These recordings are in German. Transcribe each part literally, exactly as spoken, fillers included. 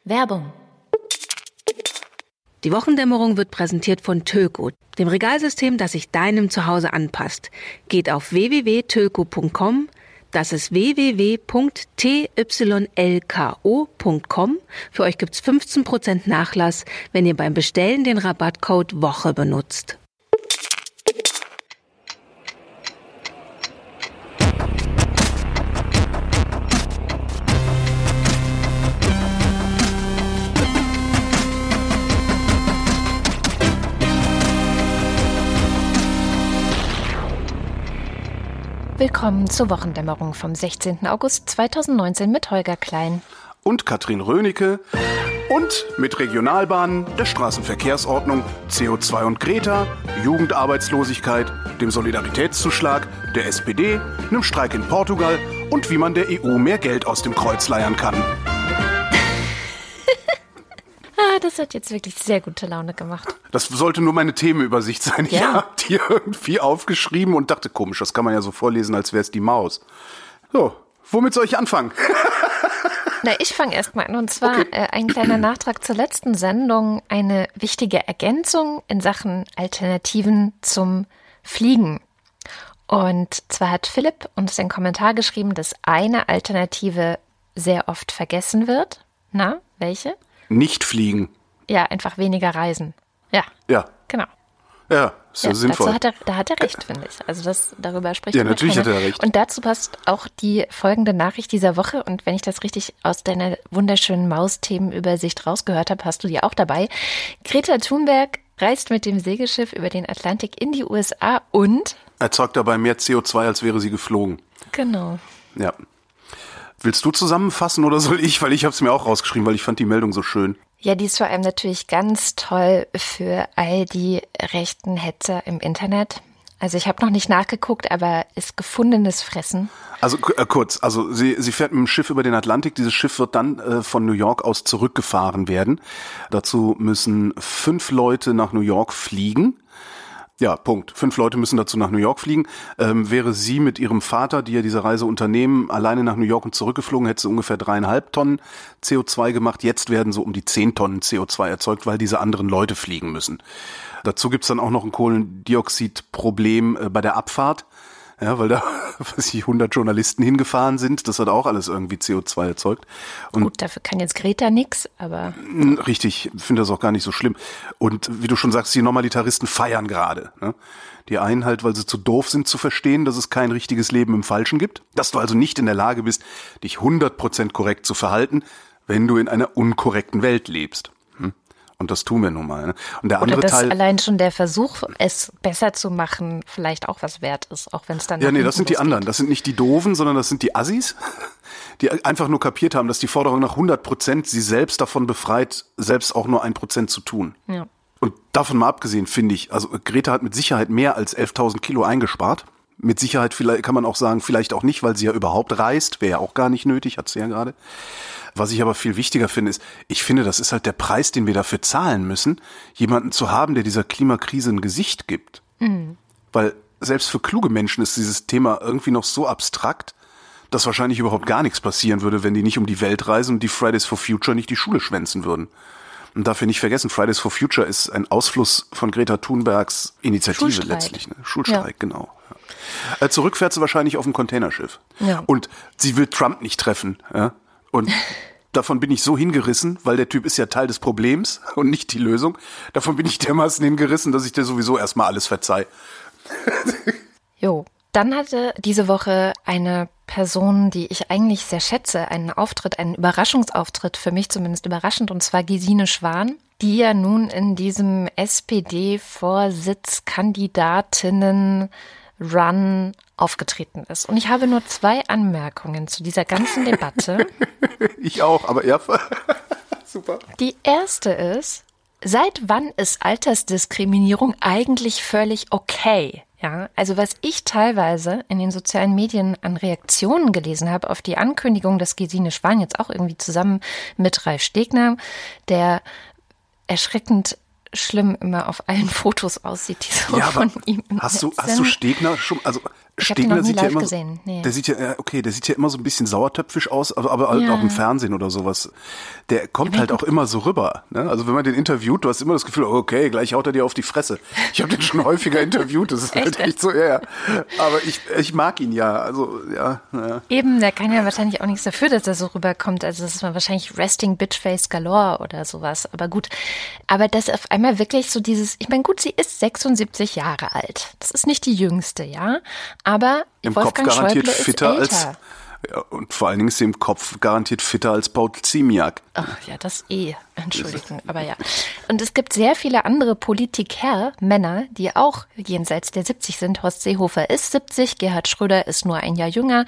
Werbung. Die Wochendämmerung wird präsentiert von Tölko, dem Regalsystem, das sich deinem Zuhause anpasst. Geht auf w w w punkt tölko punkt com, das ist w w w punkt tylko punkt com. Für euch gibt's fünfzehn Prozent Nachlass, wenn ihr beim Bestellen den Rabattcode Woche benutzt. Willkommen zur Wochendämmerung vom sechzehnten August zweitausendneunzehn mit Holger Klein und Katrin Rönecke und mit Regionalbahnen, der Straßenverkehrsordnung, C O zwei und Greta, Jugendarbeitslosigkeit, dem Solidaritätszuschlag, der S P D, einem Streik in Portugal und wie man der E U mehr Geld aus dem Kreuz leiern kann. Ah, das hat jetzt wirklich sehr gute Laune gemacht. Das sollte nur meine Themenübersicht sein. Ich Ja. habe die irgendwie aufgeschrieben und dachte, komisch, das kann man ja so vorlesen, als wäre es die Maus. So, womit soll ich anfangen? Na, ich fange erst mal an. Und zwar Okay. äh, ein kleiner Nachtrag zur letzten Sendung. Eine wichtige Ergänzung in Sachen Alternativen zum Fliegen. Und zwar hat Philipp uns den Kommentar geschrieben, dass eine Alternative sehr oft vergessen wird. Na, welche? Nicht fliegen. Ja, einfach weniger reisen. Ja, Ja, genau. ja, ist ja, Ja, sinnvoll. dazu hat er, da hat er recht, finde ich. Also das, darüber spricht Ja, immer natürlich keiner. hat er recht. Und dazu passt auch die folgende Nachricht dieser Woche. Und wenn ich das richtig aus deiner wunderschönen Maus-Themenübersicht rausgehört habe, hast du die auch dabei. Greta Thunberg reist mit dem Segelschiff über den Atlantik in die U S A und... Erzeugt dabei mehr C O zwei, als wäre sie geflogen. Genau. Ja. Willst du zusammenfassen oder soll ich? Weil ich habe es mir auch rausgeschrieben, weil ich fand die Meldung so schön. Ja, die ist vor allem natürlich ganz toll für all die rechten Hetzer im Internet. Also ich habe noch nicht nachgeguckt, aber ist gefundenes Fressen. Also äh, kurz, also sie, sie fährt mit dem Schiff über den Atlantik. Dieses Schiff wird dann äh, von New York aus zurückgefahren werden. Dazu müssen fünf Leute nach New York fliegen. Ja, Punkt. Fünf Leute müssen dazu nach New York fliegen. Ähm, wäre sie mit ihrem Vater, die ja diese Reise unternehmen, alleine nach New York und zurückgeflogen, hätte sie ungefähr dreieinhalb Tonnen C O zwei gemacht. Jetzt werden so um die zehn Tonnen C O zwei erzeugt, weil diese anderen Leute fliegen müssen. Dazu gibt's dann auch noch ein Kohlendioxidproblem äh, bei der Abfahrt. Ja, weil da, was ich, hundert Journalisten hingefahren sind. Das hat auch alles irgendwie C O zwei erzeugt. Und Gut, dafür kann jetzt Greta nix, aber... richtig, ich finde das auch gar nicht so schlimm. Und wie du schon sagst, die Normalitaristen feiern gerade. Ne? Die einen halt, weil sie zu doof sind zu verstehen, dass es kein richtiges Leben im Falschen gibt. Dass du also nicht in der Lage bist, dich hundert Prozent korrekt zu verhalten, wenn du in einer unkorrekten Welt lebst. Hm? Und das tun wir nun mal. Ne? Und der Oder andere dass Teil. allein schon der Versuch, es besser zu machen, vielleicht auch was wert ist, auch wenn es dann... Ja, nach nee, hinten das sind die losgeht. anderen. Das sind nicht die Doofen, sondern das sind die Assis, die einfach nur kapiert haben, dass die Forderung nach hundert Prozent sie selbst davon befreit, selbst auch nur ein Prozent zu tun. Ja. Und davon mal abgesehen, finde ich, also Greta hat mit Sicherheit mehr als elftausend Kilo eingespart. Mit Sicherheit vielleicht kann man auch sagen, vielleicht auch nicht, weil sie ja überhaupt reist. Wäre ja auch gar nicht nötig, hat sie ja gerade. Was ich aber viel wichtiger finde, ist, ich finde, das ist halt der Preis, den wir dafür zahlen müssen, jemanden zu haben, der dieser Klimakrise ein Gesicht gibt. Mhm. Weil selbst für kluge Menschen ist dieses Thema irgendwie noch so abstrakt, dass wahrscheinlich überhaupt gar nichts passieren würde, wenn die nicht um die Welt reisen und die Fridays for Future nicht die Schule schwänzen würden. Und dafür nicht vergessen, Fridays for Future ist ein Ausfluss von Greta Thunbergs Initiative Schulstreit. letztlich. Ne? Schulstreik, Ja. genau. Ja. Äh, zurück fährt sie wahrscheinlich auf dem Containerschiff. Ja. Und sie will Trump nicht treffen. Ja? Und davon bin ich so hingerissen, weil der Typ ist ja Teil des Problems und nicht die Lösung. Davon bin ich dermaßen hingerissen, dass ich dir sowieso erstmal alles verzeih. Jo. Dann hatte diese Woche eine Person, die ich eigentlich sehr schätze, einen Auftritt, einen Überraschungsauftritt, für mich zumindest überraschend, und zwar Gesine Schwan, die ja nun in diesem S P D-Vorsitzkandidatinnen-Run aufgetreten ist. Und ich habe nur zwei Anmerkungen zu dieser ganzen Debatte. Ich auch, aber ja, super. Die erste ist, seit wann ist Altersdiskriminierung eigentlich völlig okay? Ja, also was ich teilweise in den sozialen Medien an Reaktionen gelesen habe auf die Ankündigung, dass Gesine Schwan jetzt auch irgendwie zusammen mit Ralf Stegner, der erschreckend schlimm immer auf allen Fotos aussieht, die so Ja, aber von ihm im hast du, Netz hast du sind. Stegner schon, also Ich habe den noch nie sieht live ja immer, gesehen. Nee. Der sieht ja, okay, der sieht ja immer so ein bisschen sauertöpfisch aus, aber, aber halt Ja. auch im Fernsehen oder sowas. Der kommt Ja, halt gut. auch immer so rüber. Ne? Also wenn man den interviewt, du hast immer das Gefühl, okay, gleich haut er dir auf die Fresse. Ich habe den schon häufiger interviewt, das ist halt Echt? echt so, ja, ja. Aber ich, ich mag ihn ja, also ja, ja. Eben, der kann ja wahrscheinlich auch nichts dafür, dass er so rüberkommt. Also das ist wahrscheinlich Resting Bitchface Galore oder sowas. Aber gut. Aber das auf einmal wirklich so dieses, ich meine, gut, sie ist sechsundsiebzig Jahre alt. Das ist nicht die jüngste, ja. Aber Im Wolfgang Kopf garantiert Schäuble ist fitter älter. als, ja, und vor allen Dingen ist sie im Kopf garantiert fitter als Paul Ziemiak. Ach ja, das eh. Entschuldigung, aber ja. Und es gibt sehr viele andere Politiker, Männer, die auch jenseits der siebzig sind. Horst Seehofer ist siebzig, Gerhard Schröder ist nur ein Jahr jünger.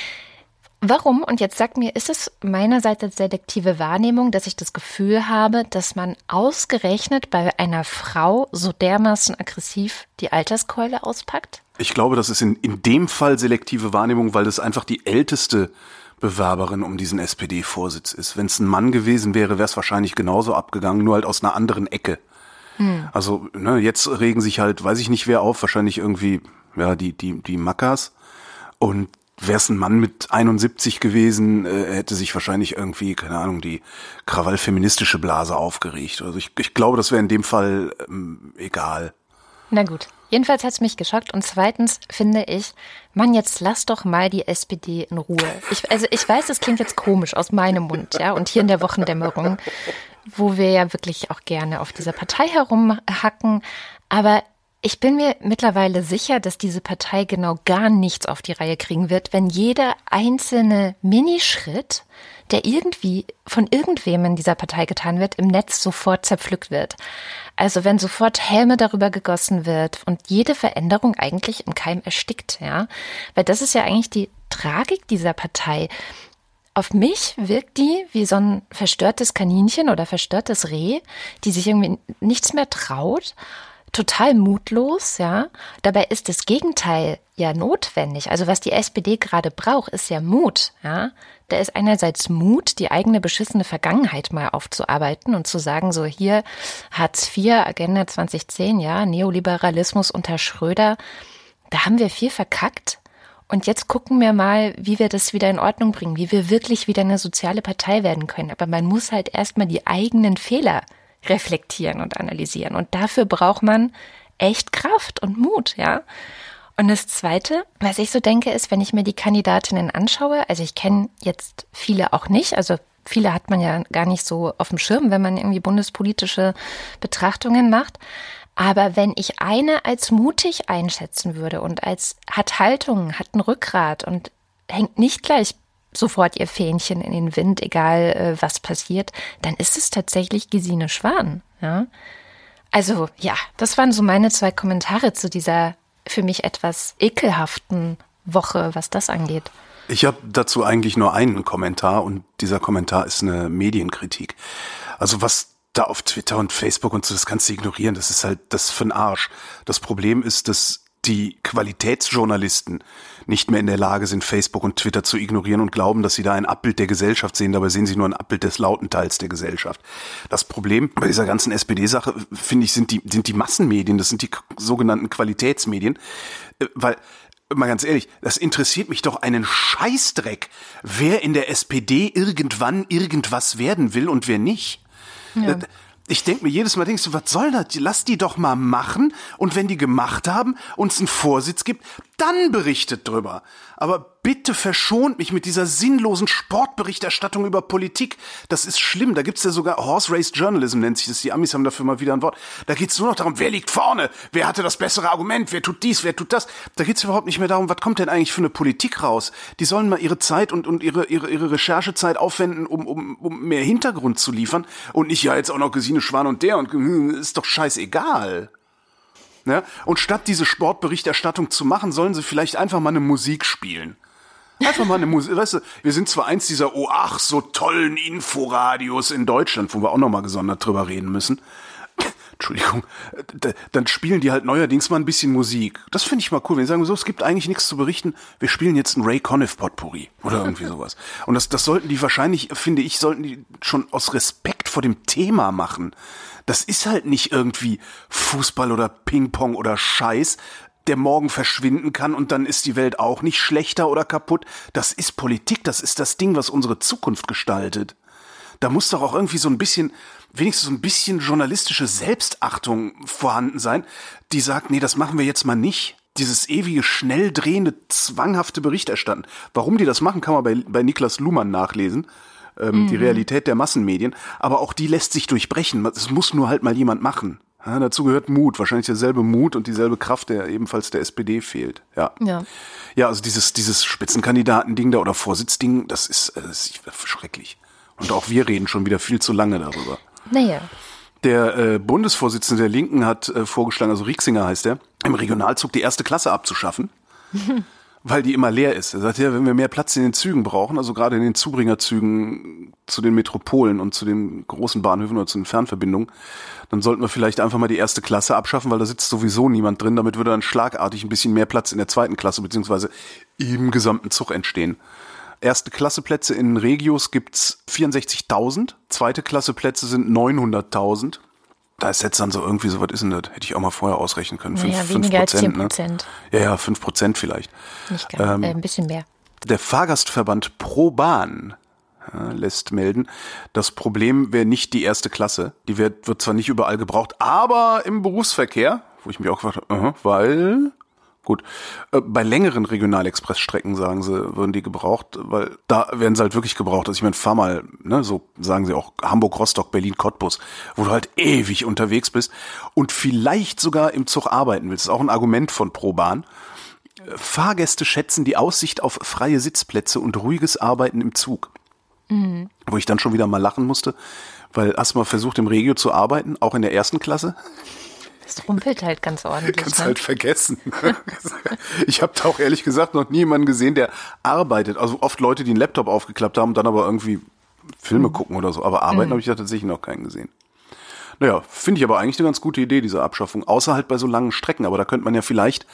Warum? Und jetzt sagt mir, ist es meinerseits selektive Wahrnehmung, dass ich das Gefühl habe, dass man ausgerechnet bei einer Frau so dermaßen aggressiv die Alterskeule auspackt? Ich glaube, das ist in, in dem Fall selektive Wahrnehmung, weil das einfach die älteste Bewerberin um diesen S P D-Vorsitz ist. Wenn es ein Mann gewesen wäre, wäre es wahrscheinlich genauso abgegangen, nur halt aus einer anderen Ecke. Hm. Also ne, jetzt regen sich halt, weiß ich nicht wer auf, wahrscheinlich irgendwie ja die die die Mackers. Und wäre es ein Mann mit einundsiebzig gewesen, äh, hätte sich wahrscheinlich irgendwie, keine Ahnung, die krawallfeministische Blase aufgeregt. Also ich, ich glaube, das wäre in dem Fall ähm, egal. Na gut. Jedenfalls hat es mich geschockt. Und zweitens finde ich, Mann, jetzt lass doch mal die S P D in Ruhe. Ich, also ich weiß, das klingt jetzt komisch aus meinem Mund, ja, und hier in der Wochendämmerung, wo wir ja wirklich auch gerne auf dieser Partei herumhacken. Aber ich bin mir mittlerweile sicher, dass diese Partei genau gar nichts auf die Reihe kriegen wird, wenn jeder einzelne Minischritt, der irgendwie von irgendwem in dieser Partei getan wird, im Netz sofort zerpflückt wird. Also wenn sofort Häme darüber gegossen wird und jede Veränderung eigentlich im Keim erstickt, ja. Weil das ist ja eigentlich die Tragik dieser Partei. Auf mich wirkt die wie so ein verstörtes Kaninchen oder verstörtes Reh, die sich irgendwie nichts mehr traut, total mutlos, ja. Dabei ist das Gegenteil ja notwendig. Also was die S P D gerade braucht, ist ja Mut, ja. Da ist einerseits Mut, die eigene beschissene Vergangenheit mal aufzuarbeiten und zu sagen, so hier Hartz vier, Agenda zwanzig zehn, ja, Neoliberalismus unter Schröder, da haben wir viel verkackt. Und jetzt gucken wir mal, wie wir das wieder in Ordnung bringen, wie wir wirklich wieder eine soziale Partei werden können. Aber man muss halt erstmal die eigenen Fehler reflektieren und analysieren. Und dafür braucht man echt Kraft und Mut, ja. Und das Zweite, was ich so denke, ist, wenn ich mir die Kandidatinnen anschaue, also ich kenne jetzt viele auch nicht, also viele hat man ja gar nicht so auf dem Schirm, wenn man irgendwie bundespolitische Betrachtungen macht. Aber wenn ich eine als mutig einschätzen würde und als hat Haltung, hat ein Rückgrat und hängt nicht gleich sofort ihr Fähnchen in den Wind, egal äh, was passiert, dann ist es tatsächlich Gesine Schwan. Ja? Also ja, das waren so meine zwei Kommentare zu dieser für mich etwas ekelhaften Woche, was das angeht. Ich habe dazu eigentlich nur einen Kommentar und dieser Kommentar ist eine Medienkritik. Also was da auf Twitter und Facebook und so, das kannst du ignorieren, das ist halt das für 'n Arsch. Das Problem ist, dass die Qualitätsjournalisten nicht mehr in der Lage sind, Facebook und Twitter zu ignorieren und glauben, dass sie da ein Abbild der Gesellschaft sehen. Dabei sehen sie nur ein Abbild des lauten Teils der Gesellschaft. Das Problem bei dieser ganzen S P D-Sache, finde ich, sind die, sind die Massenmedien, das sind die sogenannten Qualitätsmedien, weil, mal ganz ehrlich, das interessiert mich doch einen Scheißdreck, wer in der S P D irgendwann irgendwas werden will und wer nicht. Ja. Ich denke mir jedes Mal, denkst du, was soll das? Lass die doch mal machen und wenn die gemacht haben, uns einen Vorsitz gibt, dann berichtet drüber. Aber bitte verschont mich mit dieser sinnlosen Sportberichterstattung über Politik. Das ist schlimm. Da gibt's ja sogar Horse Race Journalism, nennt sich das. Die Amis haben dafür mal wieder ein Wort. Da geht's nur noch darum, wer liegt vorne? Wer hatte das bessere Argument? Wer tut dies? Wer tut das? Da geht's überhaupt nicht mehr darum, was kommt denn eigentlich für eine Politik raus? Die sollen mal ihre Zeit und, und ihre, ihre, ihre Recherchezeit aufwenden, um, um, um mehr Hintergrund zu liefern. Und nicht, ja, jetzt auch noch Gesine Schwan und der und ist doch scheißegal. Ja? Und statt diese Sportberichterstattung zu machen, sollen sie vielleicht einfach mal eine Musik spielen. Einfach mal eine Musik, weißt du, wir sind zwar eins dieser, oh ach, so tollen Inforadios in Deutschland, wo wir auch nochmal gesondert drüber reden müssen. Entschuldigung, dann spielen die halt neuerdings mal ein bisschen Musik. Das finde ich mal cool, wenn die sagen, so, es gibt eigentlich nichts zu berichten, wir spielen jetzt ein Ray Conniff Potpourri oder irgendwie sowas. Und das, das sollten die wahrscheinlich, finde ich, sollten die schon aus Respekt vor dem Thema machen. Das ist halt nicht irgendwie Fußball oder Ping-Pong oder Scheiß. der morgen verschwinden kann und dann ist die Welt auch nicht schlechter oder kaputt. Das ist Politik, das ist das Ding, was unsere Zukunft gestaltet. Da muss doch auch irgendwie so ein bisschen, wenigstens so ein bisschen journalistische Selbstachtung vorhanden sein, die sagt, nee, das machen wir jetzt mal nicht. Dieses ewige, schnell drehende, zwanghafte Berichterstatten. Warum die das machen, kann man bei, bei Niklas Luhmann nachlesen. Ähm, mhm. Die Realität der Massenmedien. Aber auch die lässt sich durchbrechen. Es muss nur halt mal jemand machen. Ja, dazu gehört Mut, wahrscheinlich derselbe Mut und dieselbe Kraft, der ebenfalls der S P D fehlt. Ja, ja, ja also dieses dieses Spitzenkandidatending da oder Vorsitzding, das ist, das ist schrecklich. Und auch wir reden schon wieder viel zu lange darüber. Naja. Der äh, Bundesvorsitzende der Linken hat äh, vorgeschlagen, also Rieksinger heißt er, im Regionalzug die erste Klasse abzuschaffen, weil die immer leer ist. Er sagt ja, wenn wir mehr Platz in den Zügen brauchen, also gerade in den Zubringerzügen zu den Metropolen und zu den großen Bahnhöfen oder zu den Fernverbindungen, dann sollten wir vielleicht einfach mal die erste Klasse abschaffen, weil da sitzt sowieso niemand drin. Damit würde dann schlagartig ein bisschen mehr Platz in der zweiten Klasse beziehungsweise im gesamten Zug entstehen. Erste Klasseplätze in Regios gibt's vierundsechzigtausend, zweite Klasseplätze sind neunhunderttausend. Da ist jetzt dann so irgendwie so, was ist denn das? Hätte ich auch mal vorher ausrechnen können. Naja, fünf, weniger fünf Prozent, als zehn Prozent. Ne? Ja, ja, fünf Prozent vielleicht. Nicht ganz, ähm, äh, ein bisschen mehr. Der Fahrgastverband Pro Bahn äh, lässt melden, das Problem wäre nicht die erste Klasse. Die wird, wird zwar nicht überall gebraucht, aber im Berufsverkehr, wo ich mich auch gefragt habe, uh-huh, weil... Gut, äh, bei längeren Regionalexpressstrecken, sagen sie, würden die gebraucht, weil da werden sie halt wirklich gebraucht. Also ich meine, fahr mal, ne, so sagen sie auch, Hamburg, Rostock, Berlin, Cottbus, wo du halt ewig unterwegs bist und vielleicht sogar im Zug arbeiten willst. Das ist auch ein Argument von ProBahn. Fahrgäste schätzen die Aussicht auf freie Sitzplätze und ruhiges Arbeiten im Zug. Mhm. Wo ich dann schon wieder mal lachen musste, weil hast du mal versucht, im Regio zu arbeiten, auch in der ersten Klasse? Das rumpelt halt ganz ordentlich. Kannst ne? halt vergessen. Ich habe da auch ehrlich gesagt noch nie jemanden gesehen, der arbeitet. Also oft Leute, die einen Laptop aufgeklappt haben und dann aber irgendwie Filme mhm. gucken oder so. Aber arbeiten mhm. habe ich da tatsächlich noch keinen gesehen. Naja, finde ich aber eigentlich eine ganz gute Idee, diese Abschaffung. Außer halt bei so langen Strecken. Aber da könnte man ja vielleicht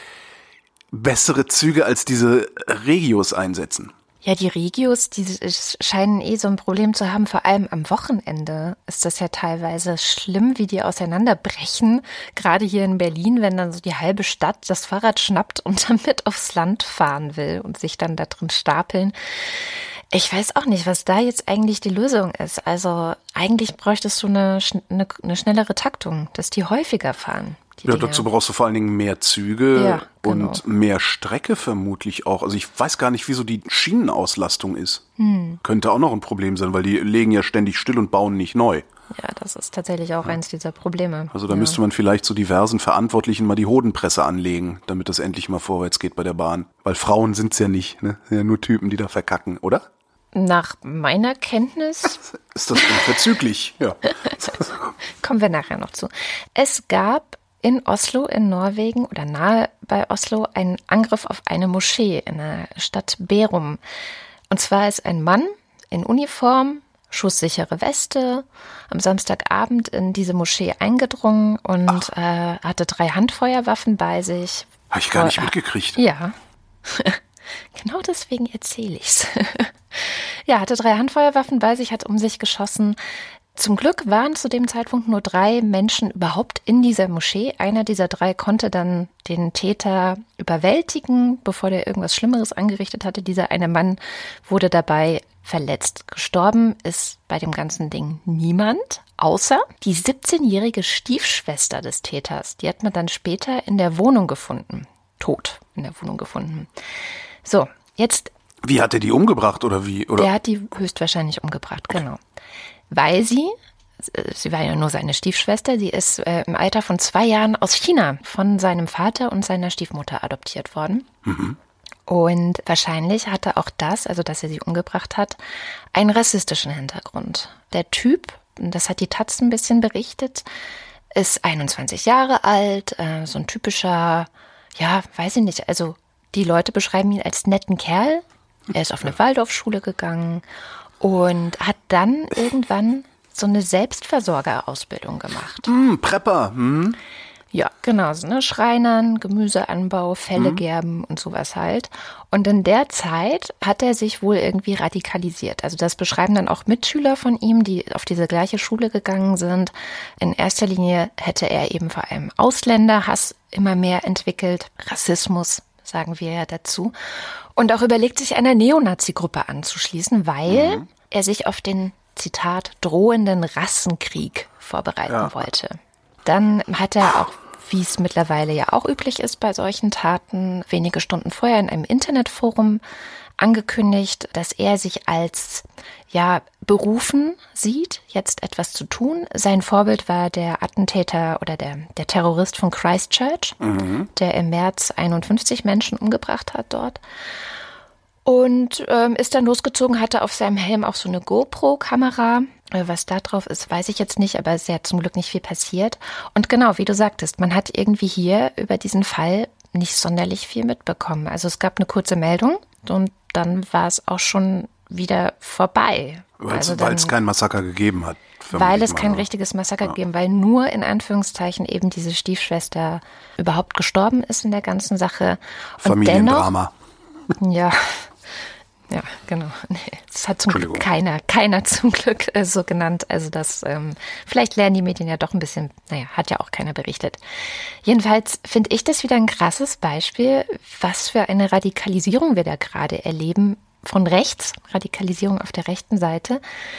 bessere Züge als diese Regios einsetzen. Ja, die Regios, die scheinen eh so ein Problem zu haben, vor allem am Wochenende ist das ja teilweise schlimm, wie die auseinanderbrechen. Gerade hier in Berlin, wenn dann so die halbe Stadt das Fahrrad schnappt und damit aufs Land fahren will und sich dann da drin stapeln. Ich weiß auch nicht, was da jetzt eigentlich die Lösung ist. Also eigentlich bräuchtest du eine, eine, eine schnellere Taktung, dass die häufiger fahren. Ja, dazu brauchst du vor allen Dingen mehr Züge ja, genau. und mehr Strecke vermutlich auch. Also ich weiß gar nicht, wieso die Schienenauslastung ist. Hm. Könnte auch noch ein Problem sein, weil die legen ja ständig still und bauen nicht neu. Ja, das ist tatsächlich auch ja. eins dieser Probleme. Also da ja. müsste man vielleicht so diversen Verantwortlichen mal die Hodenpresse anlegen, damit das endlich mal vorwärts geht bei der Bahn. Weil Frauen sind's ja nicht, ne? Sind ja nur Typen, die da verkacken, oder? Nach meiner Kenntnis ist das unverzüglich, ja. Kommen wir nachher noch zu. Es gab in Oslo in Norwegen oder nahe bei Oslo einen Angriff auf eine Moschee in der Stadt Bærum. Und zwar ist ein Mann in Uniform, schusssichere Weste, am Samstagabend in diese Moschee eingedrungen und äh, hatte drei Handfeuerwaffen bei sich. Habe ich gar nicht mitgekriegt. Ja, genau deswegen erzähle ich's. Ja, hatte drei Handfeuerwaffen bei sich, hat um sich geschossen. Zum Glück waren zu dem Zeitpunkt nur drei Menschen überhaupt in dieser Moschee. Einer dieser drei konnte dann den Täter überwältigen, bevor der irgendwas Schlimmeres angerichtet hatte. Dieser eine Mann wurde dabei verletzt. Gestorben ist bei dem ganzen Ding niemand, außer die siebzehnjährige Stiefschwester des Täters. Die hat man dann später in der Wohnung gefunden. Tot in der Wohnung gefunden. So, jetzt... Wie hat er die umgebracht oder wie? Oder? Der hat die höchstwahrscheinlich umgebracht, genau. Weil sie, sie war ja nur seine Stiefschwester, sie ist äh, im Alter von zwei Jahren aus China von seinem Vater und seiner Stiefmutter adoptiert worden. Mhm. Und wahrscheinlich hatte auch das, also dass er sie umgebracht hat, einen rassistischen Hintergrund. Der Typ, das hat die Taz ein bisschen berichtet, ist einundzwanzig Jahre alt, äh, so ein typischer, ja, weiß ich nicht, also die Leute beschreiben ihn als netten Kerl. Er ist auf eine Waldorfschule gegangen und hat dann irgendwann so eine Selbstversorgerausbildung gemacht. Mm, Prepper. Hm. Ja, genau, so, ne? Schreinern, Gemüseanbau, Felle Mhm. gerben und sowas halt. Und in der Zeit hat er sich wohl irgendwie radikalisiert. Also das beschreiben dann auch Mitschüler von ihm, die auf diese gleiche Schule gegangen sind. In erster Linie hätte er eben vor allem Ausländerhass immer mehr entwickelt, Rassismus, sagen wir ja dazu. Und auch überlegt, sich einer Neonazi-Gruppe anzuschließen, weil mhm. er sich auf den, Zitat, drohenden Rassenkrieg vorbereiten ja. wollte. Dann hat er auch, wie es mittlerweile ja auch üblich ist bei solchen Taten, wenige Stunden vorher in einem Internetforum angekündigt, dass er sich als ja berufen sieht, jetzt etwas zu tun. Sein Vorbild war der Attentäter oder der, der Terrorist von Christchurch, mhm. der im März einundfünfzig Menschen umgebracht hat dort. Und ähm, ist dann losgezogen, hatte auf seinem Helm auch so eine GoPro-Kamera. Was da drauf ist, weiß ich jetzt nicht, aber es ist ja zum Glück nicht viel passiert. Und genau, wie du sagtest, man hat irgendwie hier über diesen Fall nicht sonderlich viel mitbekommen. Also es gab eine kurze Meldung und dann war es auch schon wieder vorbei. Weil also es kein Massaker gegeben hat. Weil es kein richtiges Massaker ja. gegeben, weil nur in Anführungszeichen eben diese Stiefschwester überhaupt gestorben ist in der ganzen Sache. Und Familiendrama. Dennoch, ja. Ja, genau. Nee, das hat zum Glück keiner, keiner zum Glück äh, so genannt. Also das, ähm, vielleicht lernen die Medien ja doch ein bisschen, naja, hat ja auch keiner berichtet. Jedenfalls finde ich das wieder ein krasses Beispiel, was für eine Radikalisierung wir da gerade erleben von rechts, Radikalisierung auf der rechten Seite.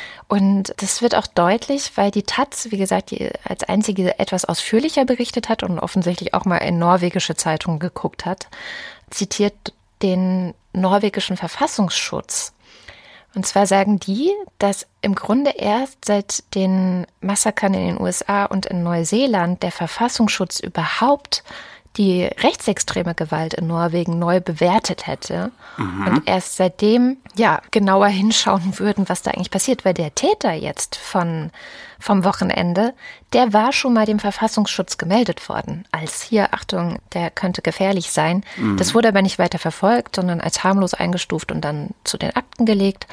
Und das wird auch deutlich, weil die Taz, wie gesagt, die als einzige etwas ausführlicher berichtet hat und offensichtlich auch mal in norwegische Zeitungen geguckt hat, zitiert den norwegischen Verfassungsschutz. Und zwar sagen die, dass im Grunde erst seit den Massakern in den U S A und in Neuseeland der Verfassungsschutz überhaupt die rechtsextreme Gewalt in Norwegen neu bewertet hätte mhm. und erst seitdem ja genauer hinschauen würden, was da eigentlich passiert, weil der Täter jetzt von vom Wochenende, der war schon mal dem Verfassungsschutz gemeldet worden, als hier, Achtung, der könnte gefährlich sein. Mhm. Das wurde aber nicht weiter verfolgt, sondern als harmlos eingestuft und dann zu den Akten gelegt.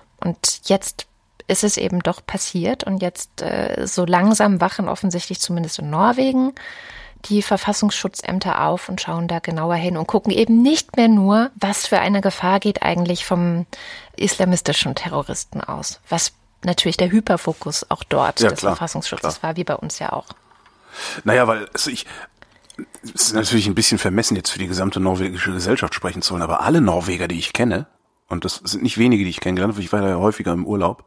Und jetzt ist es eben doch passiert und jetzt äh, so langsam wachen offensichtlich zumindest in Norwegen die Verfassungsschutzämter auf und schauen da genauer hin und gucken eben nicht mehr nur, was für eine Gefahr geht eigentlich vom islamistischen Terroristen aus, was natürlich der Hyperfokus auch dort ja, des klar, Verfassungsschutzes klar. war, wie bei uns ja auch. Naja, weil also ich, es ist natürlich ein bisschen vermessen, jetzt für die gesamte norwegische Gesellschaft sprechen zu wollen, aber alle Norweger, die ich kenne, und das sind nicht wenige, die ich kennengelernt habe, ich war ja häufiger im Urlaub,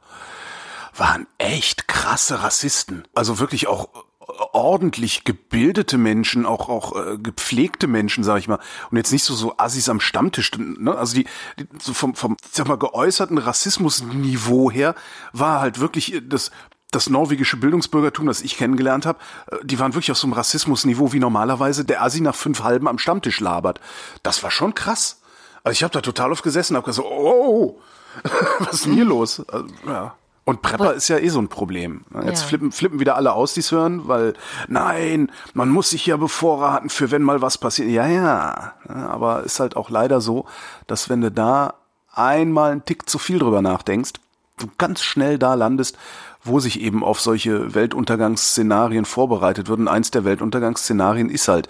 waren echt krasse Rassisten. Also wirklich auch ordentlich gebildete Menschen, auch auch äh, gepflegte Menschen, sag ich mal, und jetzt nicht so so Assis am Stammtisch, ne? Also die, die so vom vom sag mal geäußerten Rassismusniveau her war halt wirklich das das norwegische Bildungsbürgertum, das ich kennengelernt habe, die waren wirklich auf so einem Rassismusniveau, wie normalerweise der Assi nach fünf Halben am Stammtisch labert. Das war schon krass. Also ich habe da total oft gesessen und habe gesagt, oh, was ist denn hier los? Also, ja. Und Prepper ist ja eh so ein Problem. Jetzt ja. flippen, flippen wieder alle aus, die es hören, weil, nein, man muss sich ja bevorraten für wenn mal was passiert. Ja, ja, aber ist halt auch leider so, dass wenn du da einmal einen Tick zu viel drüber nachdenkst, du ganz schnell da landest, wo sich eben auf solche Weltuntergangsszenarien vorbereitet wird. Und eins der Weltuntergangsszenarien ist halt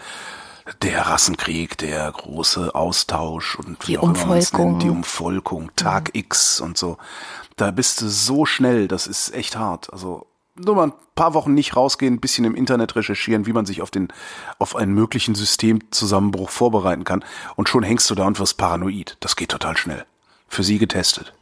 der Rassenkrieg, der große Austausch und die Umvolkung, die Umvolkung, Tag mhm. X und so. Da bist du so schnell, das ist echt hart. Also nur mal ein paar Wochen nicht rausgehen, ein bisschen im Internet recherchieren, wie man sich auf den auf einen möglichen Systemzusammenbruch vorbereiten kann. Und schon hängst du da und wirst paranoid. Das geht total schnell. Für sie getestet.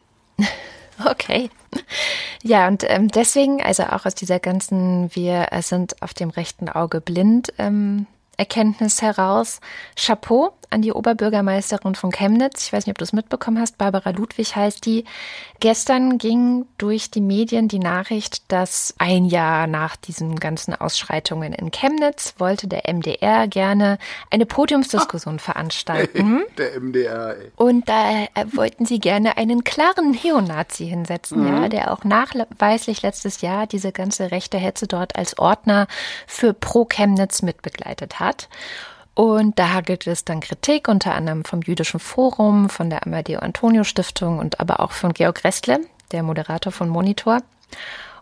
Okay. Ja, und ähm, deswegen, also auch aus dieser ganzen wir sind auf dem rechten Auge blind ähm, Erkenntnis heraus, Chapeau an die Oberbürgermeisterin von Chemnitz. Ich weiß nicht, ob du es mitbekommen hast. Barbara Ludwig heißt die. Gestern ging durch die Medien die Nachricht, dass ein Jahr nach diesen ganzen Ausschreitungen in Chemnitz wollte der M D R gerne eine Podiumsdiskussion ah, veranstalten. Der M D R, ey. Und da äh, wollten sie gerne einen klaren Neonazi hinsetzen, mhm. ja, der auch nachweislich letztes Jahr diese ganze rechte Hetze dort als Ordner für Pro Chemnitz mitbegleitet hat. Und da hagelt es dann Kritik, unter anderem vom Jüdischen Forum, von der Amadeo Antonio Stiftung und aber auch von Georg Restle, der Moderator von Monitor.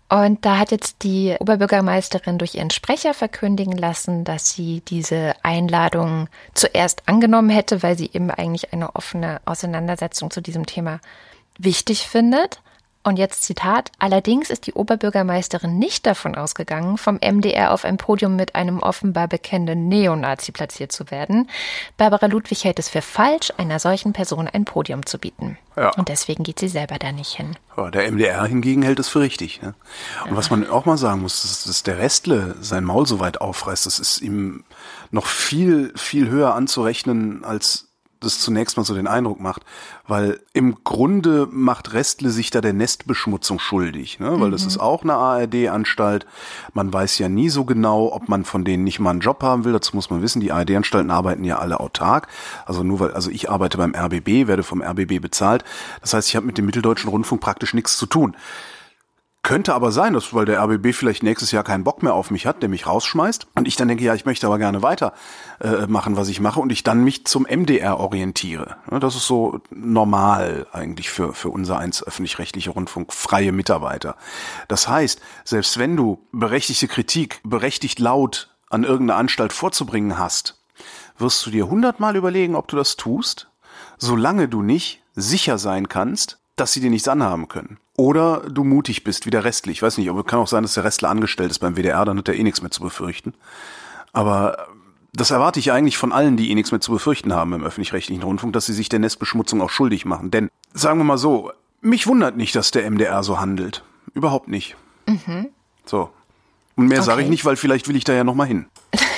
Und da hat jetzt die Oberbürgermeisterin durch ihren Sprecher verkündigen lassen, dass sie diese Einladung zuerst angenommen hätte, weil sie eben eigentlich eine offene Auseinandersetzung zu diesem Thema wichtig findet. Und jetzt Zitat: Allerdings ist die Oberbürgermeisterin nicht davon ausgegangen, vom M D R auf ein Podium mit einem offenbar bekennenden Neonazi platziert zu werden. Barbara Ludwig hält es für falsch, einer solchen Person ein Podium zu bieten. Ja. Und deswegen geht sie selber da nicht hin. Ja, der M D R hingegen hält es für richtig. Ne? Und ja. was man auch mal sagen muss, ist, dass der Restle sein Maul so weit aufreißt, das ist ihm noch viel, viel höher anzurechnen, als das zunächst mal so den Eindruck macht, weil im Grunde macht Restle sich da der Nestbeschmutzung schuldig, ne? Weil mhm. das ist auch eine A R D-Anstalt. Man weiß ja nie so genau, ob man von denen nicht mal einen Job haben will. Dazu muss man wissen, die A R D-Anstalten arbeiten ja alle autark. Also nur weil, also ich arbeite beim R B B, werde vom R B B bezahlt. Das heißt, ich habe mit dem Mitteldeutschen Rundfunk praktisch nichts zu tun. Könnte aber sein, dass, weil der R B B vielleicht nächstes Jahr keinen Bock mehr auf mich hat, der mich rausschmeißt und ich dann denke, ja, ich möchte aber gerne weiter äh, machen, was ich mache und ich dann mich zum M D R orientiere. Ja, das ist so normal eigentlich für für unser eins öffentlich-rechtliche Rundfunk, freie Mitarbeiter. Das heißt, selbst wenn du berechtigte Kritik, berechtigt laut an irgendeine Anstalt vorzubringen hast, wirst du dir hundertmal überlegen, ob du das tust, solange du nicht sicher sein kannst, dass sie dir nichts anhaben können. Oder du mutig bist, wie der Restler. Ich weiß nicht, aber kann auch sein, dass der Restler angestellt ist beim W D R, dann hat er eh nichts mehr zu befürchten. Aber das erwarte ich eigentlich von allen, die eh nichts mehr zu befürchten haben im öffentlich-rechtlichen Rundfunk, dass sie sich der Nestbeschmutzung auch schuldig machen. Denn, sagen wir mal so, mich wundert nicht, dass der M D R so handelt. Überhaupt nicht. Mhm. So. Und mehr okay. sage ich nicht, weil vielleicht will ich da ja nochmal hin.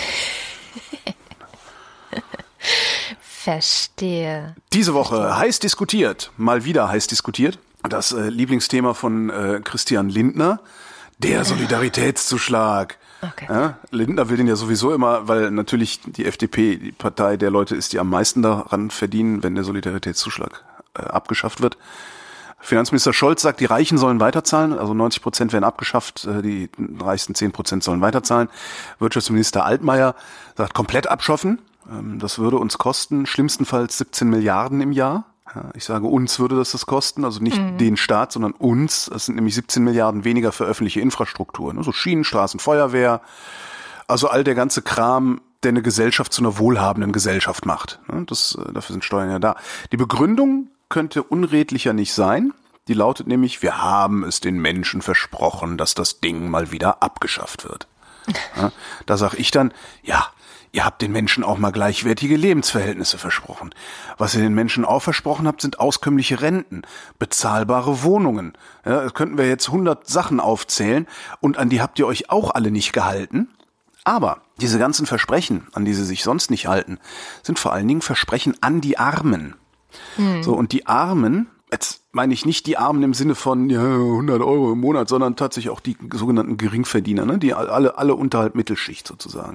Verstehe. Diese Woche Verstehe. heiß diskutiert, mal wieder heiß diskutiert. Das äh, Lieblingsthema von äh, Christian Lindner, der Solidaritätszuschlag. Okay. Ja, Lindner will den ja sowieso immer, weil natürlich die F D P die Partei der Leute ist, die am meisten daran verdienen, wenn der Solidaritätszuschlag äh, abgeschafft wird. Finanzminister Scholz sagt, die Reichen sollen weiterzahlen, also neunzig Prozent werden abgeschafft, äh, die reichsten zehn Prozent sollen weiterzahlen. Wirtschaftsminister Altmaier sagt, komplett abschaffen. Ähm, das würde uns kosten, schlimmstenfalls siebzehn Milliarden im Jahr. Ja, ich sage, uns würde das das kosten, also nicht mhm. den Staat, sondern uns. Das sind nämlich siebzehn Milliarden weniger für öffentliche Infrastruktur, ne? So Schienen, Straßen, Feuerwehr, also all der ganze Kram, der eine Gesellschaft zu einer wohlhabenden Gesellschaft macht. Ne? Das, dafür sind Steuern ja da. Die Begründung könnte unredlicher nicht sein. Die lautet nämlich, wir haben es den Menschen versprochen, dass das Ding mal wieder abgeschafft wird. Ja, da sag ich dann, ja, ihr habt den Menschen auch mal gleichwertige Lebensverhältnisse versprochen. Was ihr den Menschen auch versprochen habt, sind auskömmliche Renten, bezahlbare Wohnungen. Ja, das könnten wir jetzt hundert Sachen aufzählen und an die habt ihr euch auch alle nicht gehalten. Aber diese ganzen Versprechen, an die sie sich sonst nicht halten, sind vor allen Dingen Versprechen an die Armen. Hm. So, und die Armen, jetzt meine ich nicht die Armen im Sinne von ja, hundert Euro im Monat, sondern tatsächlich auch die sogenannten Geringverdiener, ne, die alle, alle unterhalb Mittelschicht sozusagen.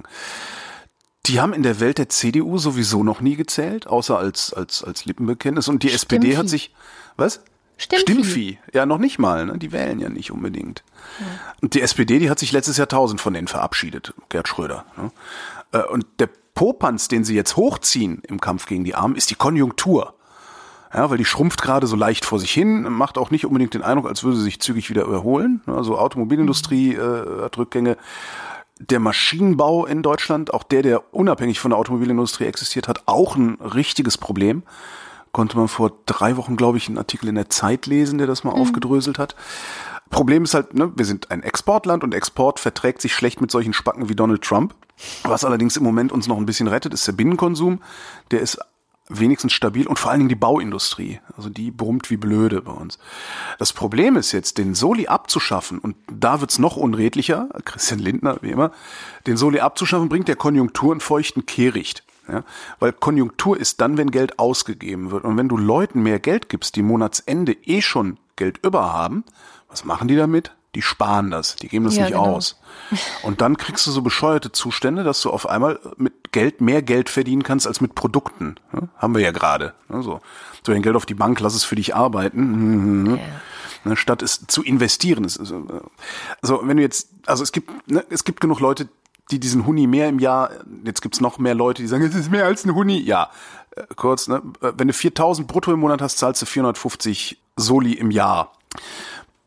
Die haben in der Welt der C D U sowieso noch nie gezählt, außer als als als Lippenbekenntnis. Und die Stimmvieh. S P D hat sich, was? Stimmvieh. Stimmvieh. Ja, noch nicht mal. Ne? Die wählen ja nicht unbedingt. Ja. Und die S P D, die hat sich letztes Jahr tausend von denen verabschiedet. Gerd Schröder. Ne? Und der Popanz, den sie jetzt hochziehen im Kampf gegen die Armen, ist die Konjunktur. Ja, weil die schrumpft gerade so leicht vor sich hin, macht auch nicht unbedingt den Eindruck, als würde sie sich zügig wieder überholen. Also Automobilindustrie äh, hat Rückgänge. Der Maschinenbau in Deutschland, auch der, der unabhängig von der Automobilindustrie existiert, hat auch ein richtiges Problem. Konnte man vor drei Wochen, glaube ich, einen Artikel in der Zeit lesen, der das mal mhm. aufgedröselt hat. Problem ist halt, ne, wir sind ein Exportland und Export verträgt sich schlecht mit solchen Spacken wie Donald Trump. Was allerdings im Moment uns noch ein bisschen rettet, ist der Binnenkonsum. Der ist wenigstens stabil und vor allen Dingen die Bauindustrie. Also die brummt wie blöde bei uns. Das Problem ist jetzt, den Soli abzuschaffen, und da wird's noch unredlicher, Christian Lindner, wie immer, den Soli abzuschaffen, bringt der Konjunktur einen feuchten Kehricht. Ja? Weil Konjunktur ist dann, wenn Geld ausgegeben wird. Und wenn du Leuten mehr Geld gibst, die Monatsende eh schon Geld über haben, was machen die damit? Die sparen das, die geben das ja, nicht genau. aus. Und dann kriegst du so bescheuerte Zustände, dass du auf einmal mit Geld mehr Geld verdienen kannst als mit Produkten. Ja, haben wir ja gerade. Also, so dein Geld auf die Bank, lass es für dich arbeiten. Mhm. Ja. Statt es zu investieren. Also wenn du jetzt, also es gibt, ne, es gibt genug Leute, die diesen Huni mehr im Jahr, jetzt gibt's noch mehr Leute, die sagen, es ist mehr als ein Huni. Ja, äh, kurz, ne, wenn du viertausend brutto im Monat hast, zahlst du vierhundertfünfzig Soli im Jahr.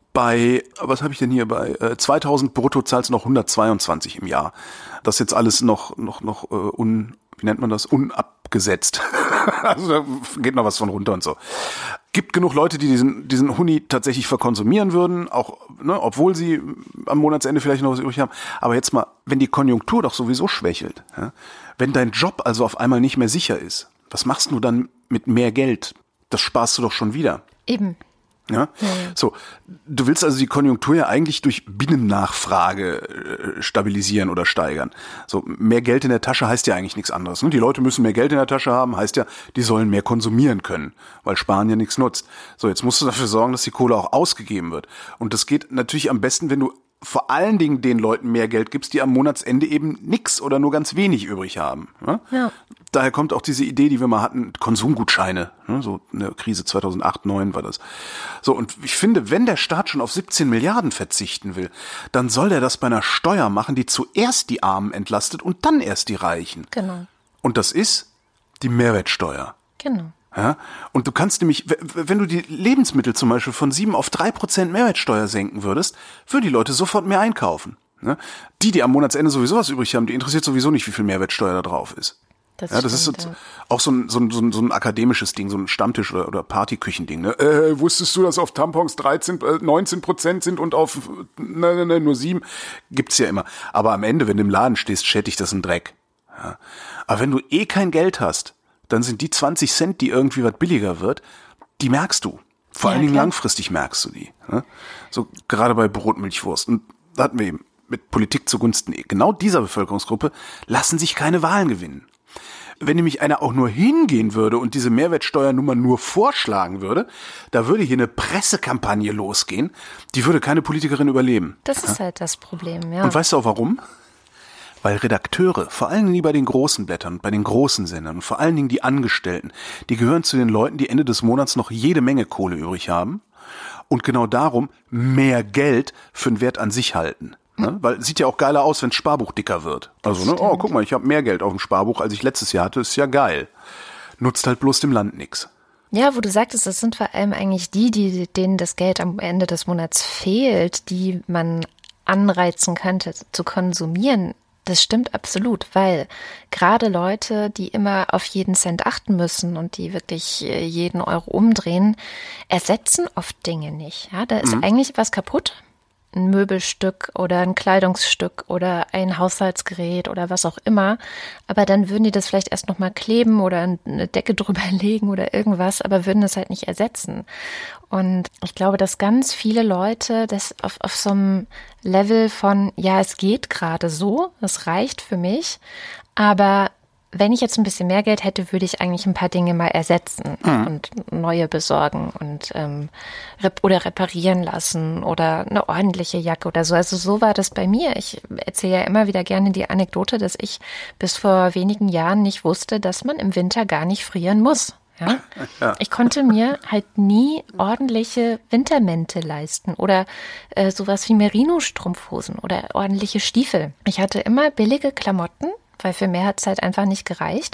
bei, was habe ich denn hier, bei äh, zweitausend brutto zahlst du noch hundertzweiundzwanzig im Jahr. Das ist jetzt alles noch, noch, noch, äh, un, wie nennt man das, unabgesetzt. Also da geht noch was von runter und so. Gibt genug Leute, die diesen, diesen Huni tatsächlich verkonsumieren würden, auch, ne, obwohl sie am Monatsende vielleicht noch was übrig haben. Aber jetzt mal, wenn die Konjunktur doch sowieso schwächelt, ja, wenn dein Job also auf einmal nicht mehr sicher ist, was machst du dann mit mehr Geld? Das sparst du doch schon wieder. Eben. Ja? Ja, ja. So, du willst also die Konjunktur ja eigentlich durch Binnennachfrage äh, stabilisieren oder steigern. So, mehr Geld in der Tasche heißt ja eigentlich nichts anderes. Ne? Die Leute müssen mehr Geld in der Tasche haben, heißt ja, die sollen mehr konsumieren können, weil Sparen ja nichts nutzt. So, jetzt musst du dafür sorgen, dass die Kohle auch ausgegeben wird. Und das geht natürlich am besten, wenn du vor allen Dingen den Leuten mehr Geld gibst, die am Monatsende eben nix oder nur ganz wenig übrig haben. Ne? Ja. Daher kommt auch diese Idee, die wir mal hatten, Konsumgutscheine. Ne? So eine Krise zweitausendacht, neun war das. So, und ich finde, wenn der Staat schon auf siebzehn Milliarden verzichten will, dann soll der das bei einer Steuer machen, die zuerst die Armen entlastet und dann erst die Reichen. Genau. Und das ist die Mehrwertsteuer. Genau. Ja, und du kannst nämlich, wenn du die Lebensmittel zum Beispiel von sieben auf drei Prozent Mehrwertsteuer senken würdest, würden die Leute sofort mehr einkaufen. Ne? Die, die am Monatsende sowieso was übrig haben, die interessiert sowieso nicht, wie viel Mehrwertsteuer da drauf ist. Das, ja, das stimmt, ist so, ja. auch so ein, so, ein, so ein akademisches Ding, so ein Stammtisch- oder, oder Partyküchending. Ne? Äh, wusstest du, dass auf Tampons dreizehn, neunzehn Prozent sind und auf ne, ne, ne, nur sieben? Gibt's ja immer. Aber am Ende, wenn du im Laden stehst, schädigt das ein Dreck. Ja? Aber wenn du eh kein Geld hast, dann sind die zwanzig Cent, die irgendwie was billiger wird, die merkst du. Vor ja, allen Dingen klar. Langfristig merkst du die. Ne? So gerade bei Brot, Milch, Wurst. Und da hatten wir eben mit Politik zugunsten genau dieser Bevölkerungsgruppe lassen sich keine Wahlen gewinnen. Wenn nämlich einer auch nur hingehen würde und diese Mehrwertsteuernummer nur vorschlagen würde, da würde hier eine Pressekampagne losgehen, die würde keine Politikerin überleben. Das ja? ist halt das Problem, ja. Und weißt du auch warum? Weil Redakteure, vor allen Dingen bei den großen Blättern, bei den großen Sendern und vor allen Dingen die Angestellten, die gehören zu den Leuten, die Ende des Monats noch jede Menge Kohle übrig haben und genau darum mehr Geld für den Wert an sich halten. Ne? Weil sieht ja auch geiler aus, wenn das Sparbuch dicker wird. Also, ne, oh, guck mal, ich habe mehr Geld auf dem Sparbuch, als ich letztes Jahr hatte, ist ja geil. Nutzt halt bloß dem Land nix. Ja, wo du sagtest, das sind vor allem eigentlich die, die denen das Geld am Ende des Monats fehlt, die man anreizen könnte zu konsumieren. Das stimmt absolut, weil gerade Leute, die immer auf jeden Cent achten müssen und die wirklich jeden Euro umdrehen, ersetzen oft Dinge nicht. Ja, da ist mhm. eigentlich was kaputt. Ein Möbelstück oder ein Kleidungsstück oder ein Haushaltsgerät oder was auch immer. Aber dann würden die das vielleicht erst nochmal kleben oder eine Decke drüber legen oder irgendwas, aber würden das halt nicht ersetzen. Und ich glaube, dass ganz viele Leute das auf, auf so einem Level von, ja, es geht gerade so, es reicht für mich, aber wenn ich jetzt ein bisschen mehr Geld hätte, würde ich eigentlich ein paar Dinge mal ersetzen mhm. und neue besorgen und ähm, rep- oder reparieren lassen oder eine ordentliche Jacke oder so. Also so war das bei mir. Ich erzähle ja immer wieder gerne die Anekdote, dass ich bis vor wenigen Jahren nicht wusste, dass man im Winter gar nicht frieren muss. Ja? Ja. Ich konnte mir halt nie ordentliche Wintermäntel leisten oder äh, sowas wie Merino-Strumpfhosen oder ordentliche Stiefel. Ich hatte immer billige Klamotten, weil für mehr hat es halt einfach nicht gereicht.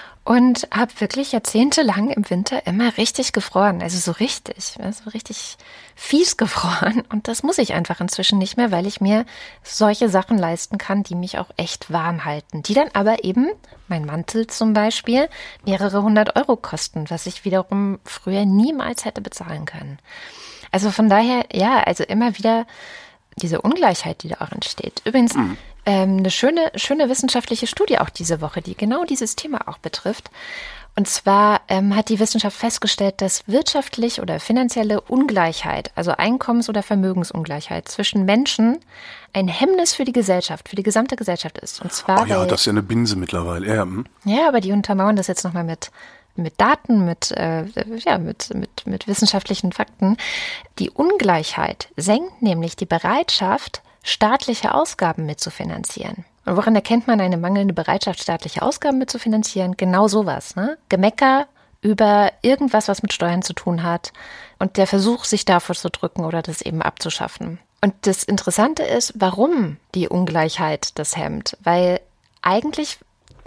Und habe wirklich jahrzehntelang im Winter immer richtig gefroren. Also so richtig, so richtig fies gefroren. Und das muss ich einfach inzwischen nicht mehr, weil ich mir solche Sachen leisten kann, die mich auch echt warm halten. Die dann aber eben, mein Mantel zum Beispiel, mehrere hundert Euro kosten, was ich wiederum früher niemals hätte bezahlen können. Also von daher, ja, also immer wieder diese Ungleichheit, die da auch entsteht. Übrigens, mhm. ähm, eine schöne, schöne wissenschaftliche Studie auch diese Woche, die genau dieses Thema auch betrifft. Und zwar ähm, hat die Wissenschaft festgestellt, dass wirtschaftlich oder finanzielle Ungleichheit, also Einkommens- oder Vermögensungleichheit zwischen Menschen ein Hemmnis für die Gesellschaft, für die gesamte Gesellschaft ist. Und zwar, oh ja, weil, das ist ja eine Binse mittlerweile. Ja, hm. ja, aber die untermauern das jetzt nochmal mit mit Daten, mit, äh, ja, mit, mit, mit wissenschaftlichen Fakten. Die Ungleichheit senkt nämlich die Bereitschaft, staatliche Ausgaben mitzufinanzieren. Und woran erkennt man eine mangelnde Bereitschaft, staatliche Ausgaben mitzufinanzieren? Genau sowas, ne? Gemecker über irgendwas, was mit Steuern zu tun hat und der Versuch, sich davor zu drücken oder das eben abzuschaffen. Und das Interessante ist, warum die Ungleichheit das hemmt, weil eigentlich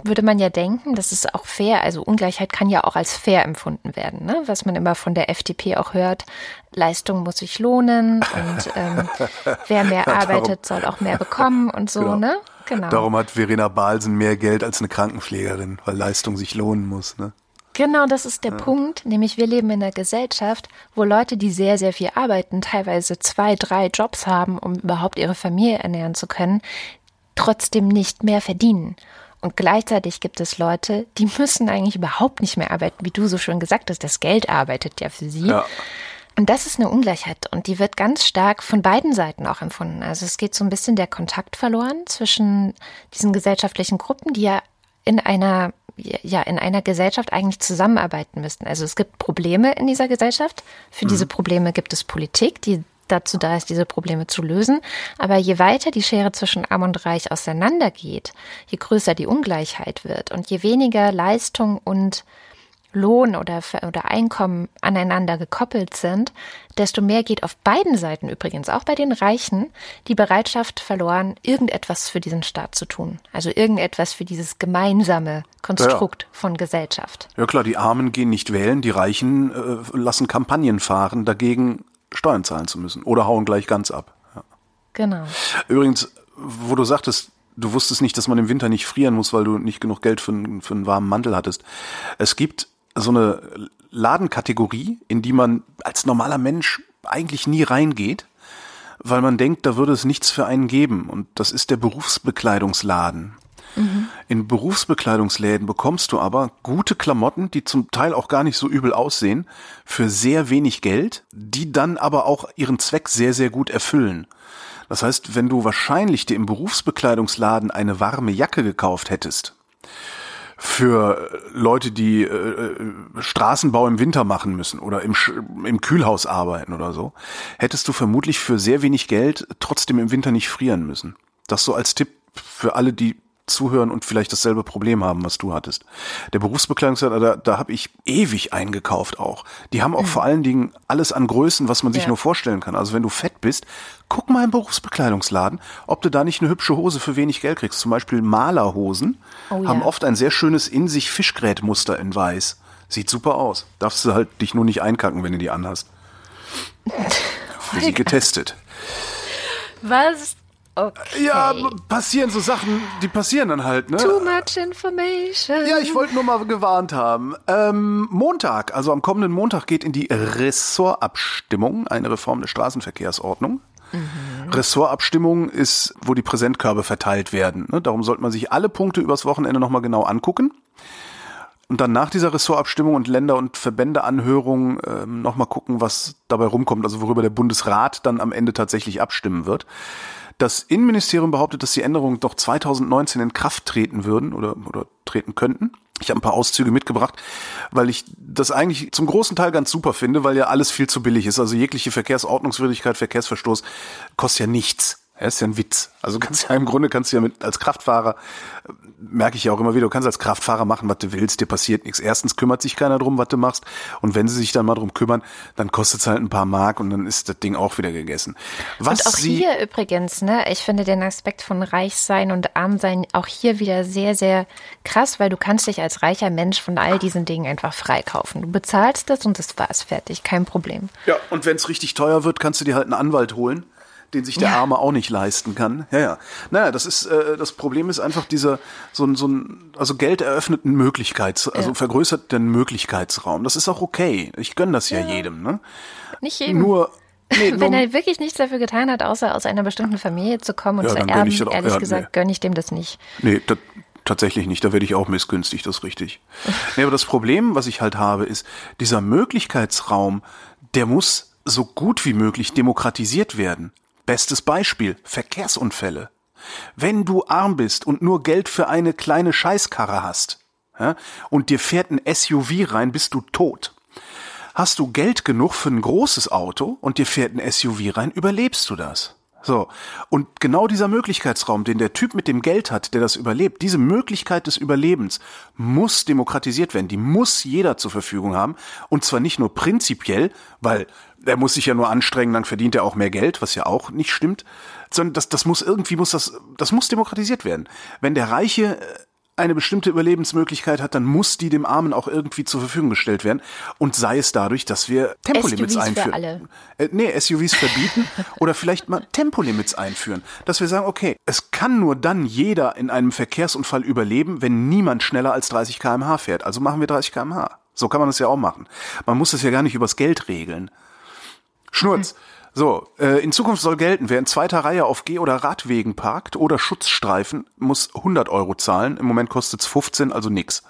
würde man ja denken, das ist auch fair, also Ungleichheit kann ja auch als fair empfunden werden, ne? Was man immer von der F D P auch hört, Leistung muss sich lohnen und ähm, wer mehr ja, arbeitet, soll auch mehr bekommen und so, genau. ne? Genau. Darum hat Verena Balsen mehr Geld als eine Krankenpflegerin, weil Leistung sich lohnen muss, ne? Genau, das ist der ja. Punkt, nämlich wir leben in einer Gesellschaft, wo Leute, die sehr, sehr viel arbeiten, teilweise zwei, drei Jobs haben, um überhaupt ihre Familie ernähren zu können, trotzdem nicht mehr verdienen. Und gleichzeitig gibt es Leute, die müssen eigentlich überhaupt nicht mehr arbeiten, wie du so schön gesagt hast, das Geld arbeitet ja für sie. Ja. Und das ist eine Ungleichheit und die wird ganz stark von beiden Seiten auch empfunden. Also es geht so ein bisschen der Kontakt verloren zwischen diesen gesellschaftlichen Gruppen, die ja in einer ja in einer Gesellschaft eigentlich zusammenarbeiten müssten. Also es gibt Probleme in dieser Gesellschaft. Für mhm. diese Probleme gibt es Politik, die dazu da ist, diese Probleme zu lösen. Aber je weiter die Schere zwischen Arm und Reich auseinandergeht, je größer die Ungleichheit wird und je weniger Leistung und Lohn oder, oder Einkommen aneinander gekoppelt sind, desto mehr geht auf beiden Seiten übrigens, auch bei den Reichen, die Bereitschaft verloren, irgendetwas für diesen Staat zu tun. Also irgendetwas für dieses gemeinsame Konstrukt ja. von Gesellschaft. Ja klar, die Armen gehen nicht wählen, die Reichen äh, lassen Kampagnen fahren, dagegen Steuern zahlen zu müssen oder hauen gleich ganz ab. Ja. Genau. Übrigens, wo du sagtest, du wusstest nicht, dass man im Winter nicht frieren muss, weil du nicht genug Geld für, für einen warmen Mantel hattest. Es gibt so eine Ladenkategorie, in die man als normaler Mensch eigentlich nie reingeht, weil man denkt, da würde es nichts für einen geben. Und das ist der Berufsbekleidungsladen. Mhm. In Berufsbekleidungsläden bekommst du aber gute Klamotten, die zum Teil auch gar nicht so übel aussehen, für sehr wenig Geld, die dann aber auch ihren Zweck sehr, sehr gut erfüllen. Das heißt, wenn du wahrscheinlich dir im Berufsbekleidungsladen eine warme Jacke gekauft hättest, für Leute, die äh, Straßenbau im Winter machen müssen oder im, im Kühlhaus arbeiten oder so, hättest du vermutlich für sehr wenig Geld trotzdem im Winter nicht frieren müssen. Das so als Tipp für alle, die zuhören und vielleicht dasselbe Problem haben, was du hattest. Der Berufsbekleidungsladen, da, da habe ich ewig eingekauft auch. Die haben auch mhm. vor allen Dingen alles an Größen, was man sich ja. nur vorstellen kann. Also wenn du fett bist, guck mal im Berufsbekleidungsladen, ob du da nicht eine hübsche Hose für wenig Geld kriegst. Zum Beispiel Malerhosen oh, haben ja. oft ein sehr schönes in sich Fischgrätmuster in weiß. Sieht super aus. Darfst du halt dich nur nicht einkacken, wenn du die anhast. Für sie getestet. Was? Okay. Ja, passieren so Sachen, die passieren dann halt, ne? Too much information. Ja, ich wollte nur mal gewarnt haben. Ähm, Montag, also am kommenden Montag geht in die Ressortabstimmung eine Reform der Straßenverkehrsordnung. Mhm. Ressortabstimmung ist, wo die Präsentkörbe verteilt werden. Ne? Darum sollte man sich alle Punkte übers Wochenende nochmal genau angucken. Und dann nach dieser Ressortabstimmung und Länder- und Verbändeanhörung ähm, nochmal gucken, was dabei rumkommt, also worüber der Bundesrat dann am Ende tatsächlich abstimmen wird. Das Innenministerium behauptet, dass die Änderungen doch zweitausendneunzehn in Kraft treten würden oder, oder treten könnten. Ich habe ein paar Auszüge mitgebracht, weil ich das eigentlich zum großen Teil ganz super finde, weil ja alles viel zu billig ist. Also jegliche Verkehrsordnungswidrigkeit, Verkehrsverstoß kostet ja nichts. Das ist ja ein Witz. Also kannst ja im Grunde kannst du ja mit als Kraftfahrer, merke ich ja auch immer wieder, du kannst als Kraftfahrer machen, was du willst, dir passiert nichts. Erstens kümmert sich keiner drum, was du machst. Und wenn sie sich dann mal drum kümmern, dann kostet es halt ein paar Mark und dann ist das Ding auch wieder gegessen. Was und auch sie hier übrigens, ne, ich finde den Aspekt von Reichsein und Armsein auch hier wieder sehr, sehr krass, weil du kannst dich als reicher Mensch von all diesen Dingen einfach freikaufen. Du bezahlst das und das war's, fertig, kein Problem. Ja, und wenn es richtig teuer wird, kannst du dir halt einen Anwalt holen, den sich der ja. Arme auch nicht leisten kann. Ja, ja. Naja, das ist, äh, das Problem ist einfach dieser, so ein, so ein, also Geld eröffnet einen Möglichkeits, also ja. vergrößert den Möglichkeitsraum. Das ist auch okay. Ich gönne das ja, ja jedem, ne? Nicht jedem. Nur, nee, wenn nur, er wirklich nichts dafür getan hat, außer aus einer bestimmten Familie zu kommen und ja, zu erben, ich auch, ehrlich ja, gesagt, nee. gönne ich dem das nicht. Nee, das, tatsächlich nicht. Da werde ich auch missgünstig, das ist richtig. Nee, aber das Problem, was ich halt habe, ist, dieser Möglichkeitsraum, der muss so gut wie möglich demokratisiert werden. Bestes Beispiel, Verkehrsunfälle. Wenn du arm bist und nur Geld für eine kleine Scheißkarre hast, ja, und dir fährt ein S U V rein, bist du tot. Hast du Geld genug für ein großes Auto und dir fährt ein S U V rein, überlebst du das. So. Und genau dieser Möglichkeitsraum, den der Typ mit dem Geld hat, der das überlebt, diese Möglichkeit des Überlebens muss demokratisiert werden. Die muss jeder zur Verfügung haben. Und zwar nicht nur prinzipiell, weil er muss sich ja nur anstrengen, dann verdient er auch mehr Geld, was ja auch nicht stimmt, sondern das, das muss irgendwie, muss das, das muss demokratisiert werden. Wenn der Reiche eine bestimmte Überlebensmöglichkeit hat, dann muss die dem Armen auch irgendwie zur Verfügung gestellt werden. Und sei es dadurch, dass wir Tempolimits S U Vs einführen. für alle. Äh, nee, S U Vs verbieten oder vielleicht mal Tempolimits einführen. Dass wir sagen, okay, es kann nur dann jeder in einem Verkehrsunfall überleben, wenn niemand schneller als dreißig Kilometer pro Stunde fährt. Also machen wir dreißig Kilometer pro Stunde. So kann man das ja auch machen. Man muss das ja gar nicht übers Geld regeln. Schnurz. Hm. So, äh, in Zukunft soll gelten, wer in zweiter Reihe auf Geh- oder Radwegen parkt oder Schutzstreifen, muss hundert Euro zahlen. Im Moment kostet es fünfzehn, also nix.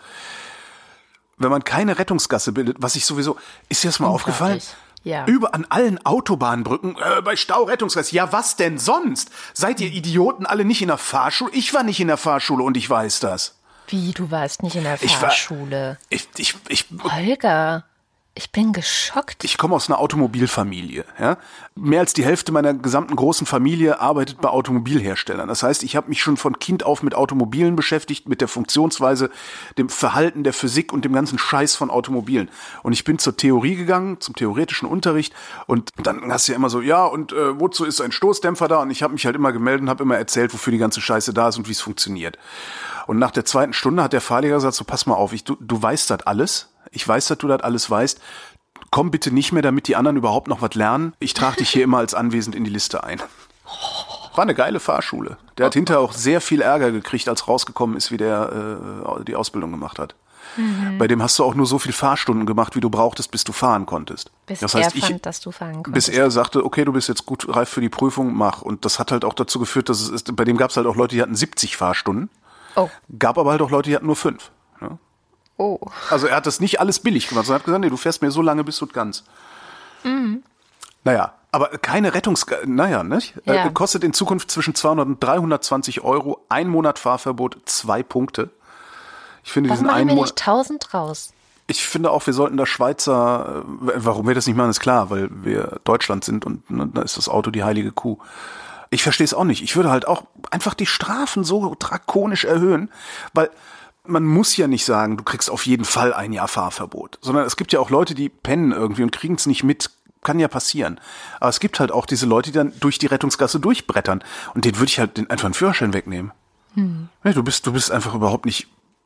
Wenn man keine Rettungsgasse bildet, was ich sowieso, ist dir das mal aufgefallen? Ja. Über an allen Autobahnbrücken, äh, bei Stau Rettungsgasse. Ja, was denn sonst? Seid ihr Idioten alle nicht in der Fahrschule? Ich war nicht in der Fahrschule und ich weiß das. Wie, du warst nicht in der Ich war- Fahrschule? Ich, ich, ich, Holger, ich bin geschockt. Ich komme aus einer Automobilfamilie. Ja? Mehr als die Hälfte meiner gesamten großen Familie arbeitet bei Automobilherstellern. Das heißt, ich habe mich schon von Kind auf mit Automobilen beschäftigt, mit der Funktionsweise, dem Verhalten, der Physik und dem ganzen Scheiß von Automobilen. Und ich bin zur Theorie gegangen, zum theoretischen Unterricht. Und dann hast du ja immer so, ja, und äh, wozu ist ein Stoßdämpfer da? Und ich habe mich halt immer gemeldet und habe immer erzählt, wofür die ganze Scheiße da ist und wie es funktioniert. Und nach der zweiten Stunde hat der Fahrlehrer gesagt, so pass mal auf, ich, du, du weißt das alles. Ich weiß, dass du das alles weißt. Komm bitte nicht mehr, damit die anderen überhaupt noch was lernen. Ich trage dich hier immer als anwesend in die Liste ein. War eine geile Fahrschule. Der hat hinterher auch sehr viel Ärger gekriegt, als rausgekommen ist, wie der äh, die Ausbildung gemacht hat. Mhm. Bei dem hast du auch nur so viel Fahrstunden gemacht, wie du brauchtest, bis du fahren konntest. Bis das er heißt, ich, fand, dass du fahren konntest. Bis er sagte, okay, du bist jetzt gut reif für die Prüfung, mach. Und das hat halt auch dazu geführt, dass es ist, bei dem gab es halt auch Leute, die hatten siebzig Fahrstunden. Oh. Gab aber halt auch Leute, die hatten nur fünf. Ja. Oh. Also er hat das nicht alles billig gemacht, sondern hat gesagt, nee, du fährst mir so lange, bis du ganz. Mhm. Naja, aber keine Rettungs... Naja, nicht? Ja. Äh, kostet in Zukunft zwischen zweihundert und dreihundertzwanzig Euro, ein Monat Fahrverbot, zwei Punkte. Ich finde Warum diesen machen einen wir Monat... nicht tausend raus? Ich finde auch, wir sollten da Schweizer... Äh, warum wir das nicht machen, ist klar, weil wir Deutschland sind und ne, da ist das Auto die heilige Kuh. Ich verstehe es auch nicht. Ich würde halt auch einfach die Strafen so drakonisch erhöhen, weil... Man muss ja nicht sagen, du kriegst auf jeden Fall ein Jahr Fahrverbot, sondern es gibt ja auch Leute, die pennen irgendwie und kriegen es nicht mit. Kann ja passieren. Aber es gibt halt auch diese Leute, die dann durch die Rettungsgasse durchbrettern. Und denen würde ich halt den, einfach einen Führerschein wegnehmen. Hm. Ja, du bist, du bist einfach überhaupt nicht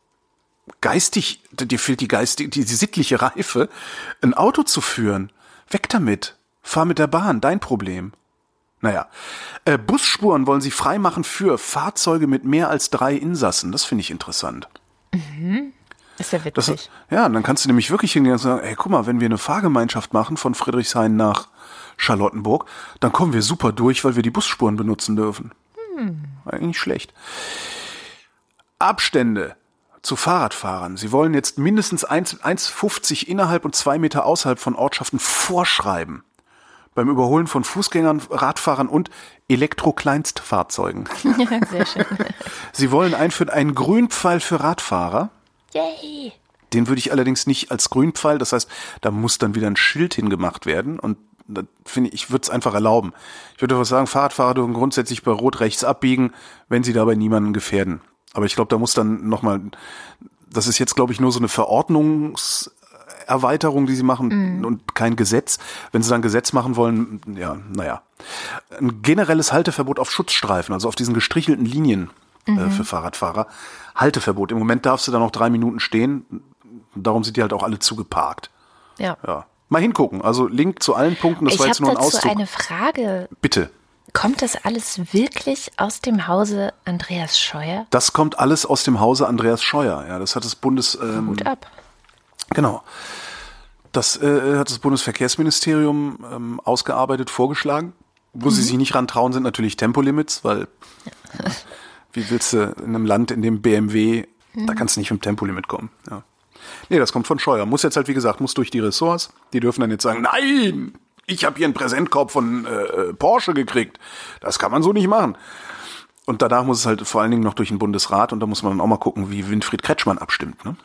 geistig, dir fehlt die geistige, die, die sittliche Reife, ein Auto zu führen. Weg damit. Fahr mit der Bahn, dein Problem. Naja, äh, Busspuren wollen sie freimachen für Fahrzeuge mit mehr als drei Insassen. Das finde ich interessant. Mhm. Ist ja witzig. Das, ja, dann kannst du nämlich wirklich hingehen und sagen, ey, guck mal, wenn wir eine Fahrgemeinschaft machen von Friedrichshain nach Charlottenburg, dann kommen wir super durch, weil wir die Busspuren benutzen dürfen. Hm. Eigentlich schlecht. Abstände zu Fahrradfahrern. Sie wollen jetzt mindestens eins Komma fünfzig innerhalb und zwei Meter außerhalb von Ortschaften vorschreiben. Beim Überholen von Fußgängern, Radfahrern und Elektro-Kleinstfahrzeugen. Ja, sehr schön. Sie wollen einführen einen Grünpfeil für Radfahrer. Yay! Den würde ich allerdings nicht als Grünpfeil, das heißt, da muss dann wieder ein Schild hingemacht werden und da finde ich, ich würde es einfach erlauben. Ich würde einfach sagen, Fahrradfahrer dürfen grundsätzlich bei Rot rechts abbiegen, wenn sie dabei niemanden gefährden. Aber ich glaube, da muss dann nochmal, das ist jetzt, glaube ich, nur so eine Verordnungs- Erweiterung, die sie machen, mm. und kein Gesetz. Wenn sie dann Gesetz machen wollen, ja, naja. Ein generelles Halteverbot auf Schutzstreifen, also auf diesen gestrichelten Linien mm-hmm. äh, für Fahrradfahrer. Halteverbot. Im Moment darfst du da noch drei Minuten stehen. Darum sind die halt auch alle zugeparkt. Ja. Ja. Mal hingucken. Also Link zu allen Punkten. Das ich war jetzt nur ein Auszug. Ich habe dazu eine Frage. Bitte. Kommt das alles wirklich aus dem Hause Andreas Scheuer? Das kommt alles aus dem Hause Andreas Scheuer. Ja, das hat das Bundes... Ähm, Hut ab. Genau. Das äh, hat das Bundesverkehrsministerium ähm, ausgearbeitet, vorgeschlagen. Wo mhm. sie sich nicht rantrauen, sind natürlich Tempolimits, weil ja. Wie willst du in einem Land, in dem B M W, mhm. da kannst du nicht mit dem Tempolimit kommen. Ja. Nee, das kommt von Scheuer. Muss jetzt halt, wie gesagt, muss durch die Ressorts. Die dürfen dann jetzt sagen, nein, ich habe hier einen Präsentkorb von äh, Porsche gekriegt. Das kann man so nicht machen. Und danach muss es halt vor allen Dingen noch durch den Bundesrat und da muss man dann auch mal gucken, wie Winfried Kretschmann abstimmt, ne?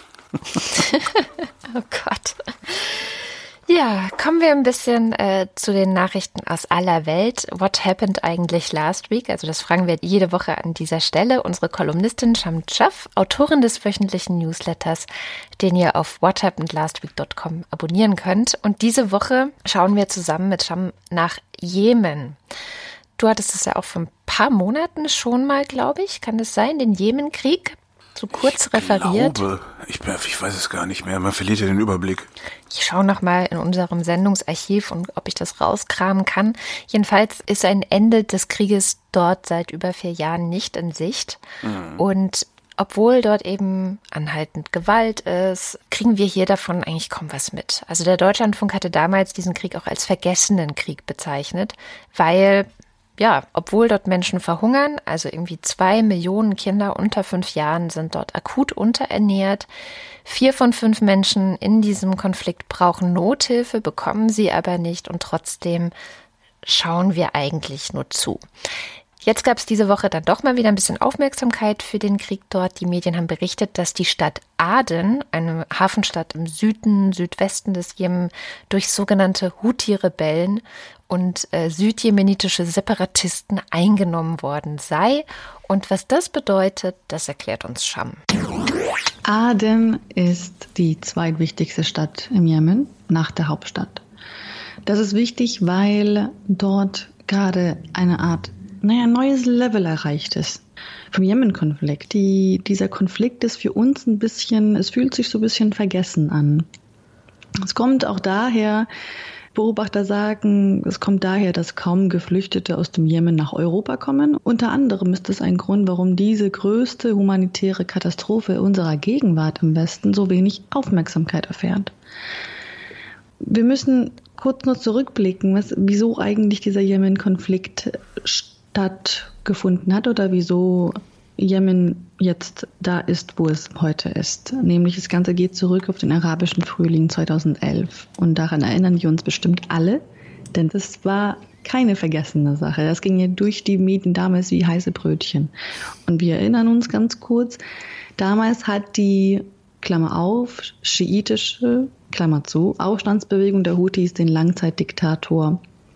Oh Gott. Ja, kommen wir ein bisschen äh, zu den Nachrichten aus aller Welt. What happened eigentlich last week? Also das fragen wir jede Woche an dieser Stelle. Unsere Kolumnistin Sham Chaff, Autorin des wöchentlichen Newsletters, den ihr auf what happened last week dot com abonnieren könnt. Und diese Woche schauen wir zusammen mit Sham nach Jemen. Du hattest es ja auch vor ein paar Monaten schon mal, glaube ich. Kann das sein, den Jemenkrieg? so kurz ich referiert. Glaube, ich, ich weiß es gar nicht mehr, man verliert ja den Überblick. Ich schaue nochmal in unserem Sendungsarchiv, und ob ich das rauskramen kann. Jedenfalls ist ein Ende des Krieges dort seit über vier Jahren nicht in Sicht. Mhm. Und obwohl dort eben anhaltend Gewalt ist, kriegen wir hier davon eigentlich kaum was mit. Also der Deutschlandfunk hatte damals diesen Krieg auch als vergessenen Krieg bezeichnet, weil, ja, obwohl dort Menschen verhungern, also irgendwie zwei Millionen Kinder unter fünf Jahren sind dort akut unterernährt. Vier von fünf Menschen in diesem Konflikt brauchen Nothilfe, bekommen sie aber nicht, und trotzdem schauen wir eigentlich nur zu. Jetzt gab es diese Woche dann doch mal wieder ein bisschen Aufmerksamkeit für den Krieg dort. Die Medien haben berichtet, dass die Stadt Aden, eine Hafenstadt im Süden, Südwesten des Jemen, durch sogenannte Houthi-Rebellen und äh, südjemenitische Separatisten eingenommen worden sei. Und was das bedeutet, das erklärt uns Sham. Aden ist die zweitwichtigste Stadt im Jemen nach der Hauptstadt. Das ist wichtig, weil dort gerade eine Art naja, ein neues Level erreicht ist vom Jemen-Konflikt. Die, dieser Konflikt ist für uns ein bisschen, es fühlt sich so ein bisschen vergessen an. Es kommt auch daher, Beobachter sagen, es kommt daher, dass kaum Geflüchtete aus dem Jemen nach Europa kommen. Unter anderem ist das ein Grund, warum diese größte humanitäre Katastrophe unserer Gegenwart im Westen so wenig Aufmerksamkeit erfährt. Wir müssen kurz nur zurückblicken, was, wieso eigentlich dieser Jemen-Konflikt stattgefunden hat oder wieso Jemen jetzt da ist, wo es heute ist. Nämlich das Ganze geht zurück auf den arabischen Frühling zweitausendelf. Und daran erinnern wir uns bestimmt alle, denn das war keine vergessene Sache. Das ging ja durch die Medien damals wie heiße Brötchen. Und wir erinnern uns ganz kurz, damals hat die, Klammer auf, schiitische, Klammer zu, Aufstandsbewegung der Houthis den Langzeitdiktator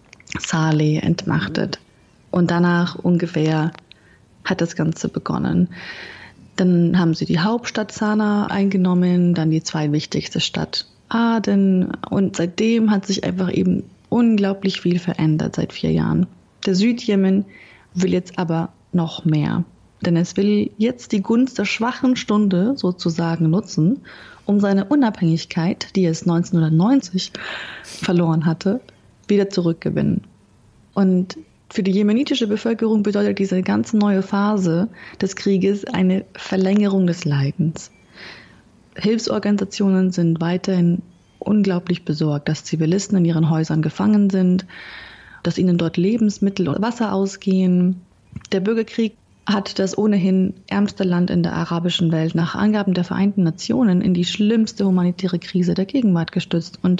Saleh entmachtet. Und danach ungefähr hat das Ganze begonnen. Dann haben sie die Hauptstadt Sanaa eingenommen, dann die zweitwichtigste Stadt Aden. Und seitdem hat sich einfach eben unglaublich viel verändert seit vier Jahren. Der Südjemen will jetzt aber noch mehr. Denn es will jetzt die Gunst der schwachen Stunde sozusagen nutzen, um seine Unabhängigkeit, die es neunzehnhundertneunzig verloren hatte, wieder zurückgewinnen. Und für die jemenitische Bevölkerung bedeutet diese ganz neue Phase des Krieges eine Verlängerung des Leidens. Hilfsorganisationen sind weiterhin unglaublich besorgt, dass Zivilisten in ihren Häusern gefangen sind, dass ihnen dort Lebensmittel und Wasser ausgehen. Der Bürgerkrieg hat das ohnehin ärmste Land in der arabischen Welt nach Angaben der Vereinten Nationen in die schlimmste humanitäre Krise der Gegenwart gestürzt. Und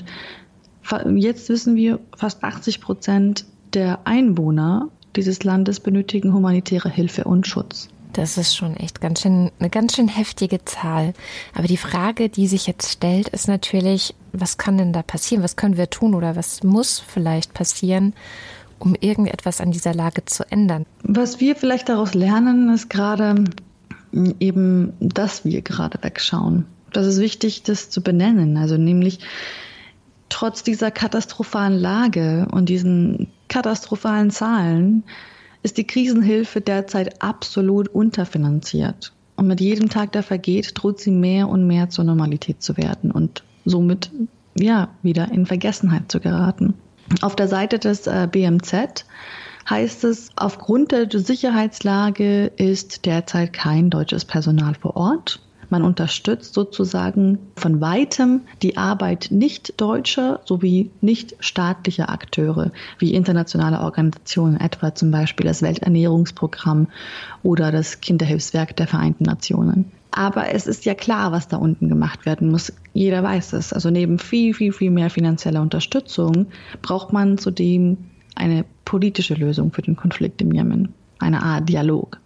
jetzt wissen wir, fast achtzig Prozent der Einwohner dieses Landes benötigen humanitäre Hilfe und Schutz. Das ist schon echt ganz schön, eine ganz schön heftige Zahl. Aber die Frage, die sich jetzt stellt, ist natürlich, was kann denn da passieren? Was können wir tun oder was muss vielleicht passieren, um irgendetwas an dieser Lage zu ändern? Was wir vielleicht daraus lernen, ist gerade eben, dass wir gerade wegschauen. Das ist wichtig, das zu benennen. Also nämlich, trotz dieser katastrophalen Lage und diesen katastrophalen Zahlen ist die Krisenhilfe derzeit absolut unterfinanziert. Und mit jedem Tag, der vergeht, droht sie mehr und mehr zur Normalität zu werden und somit ja wieder in Vergessenheit zu geraten. Auf der Seite des äh, B M Z heißt es, aufgrund der Sicherheitslage ist derzeit kein deutsches Personal vor Ort. Man unterstützt sozusagen von weitem die Arbeit nicht-deutscher sowie nicht-staatlicher Akteure, wie internationale Organisationen, etwa zum Beispiel das Welternährungsprogramm oder das Kinderhilfswerk der Vereinten Nationen. Aber es ist ja klar, was da unten gemacht werden muss. Jeder weiß es. Also neben viel, viel, viel mehr finanzieller Unterstützung braucht man zudem eine politische Lösung für den Konflikt im Jemen, eine Art Dialog.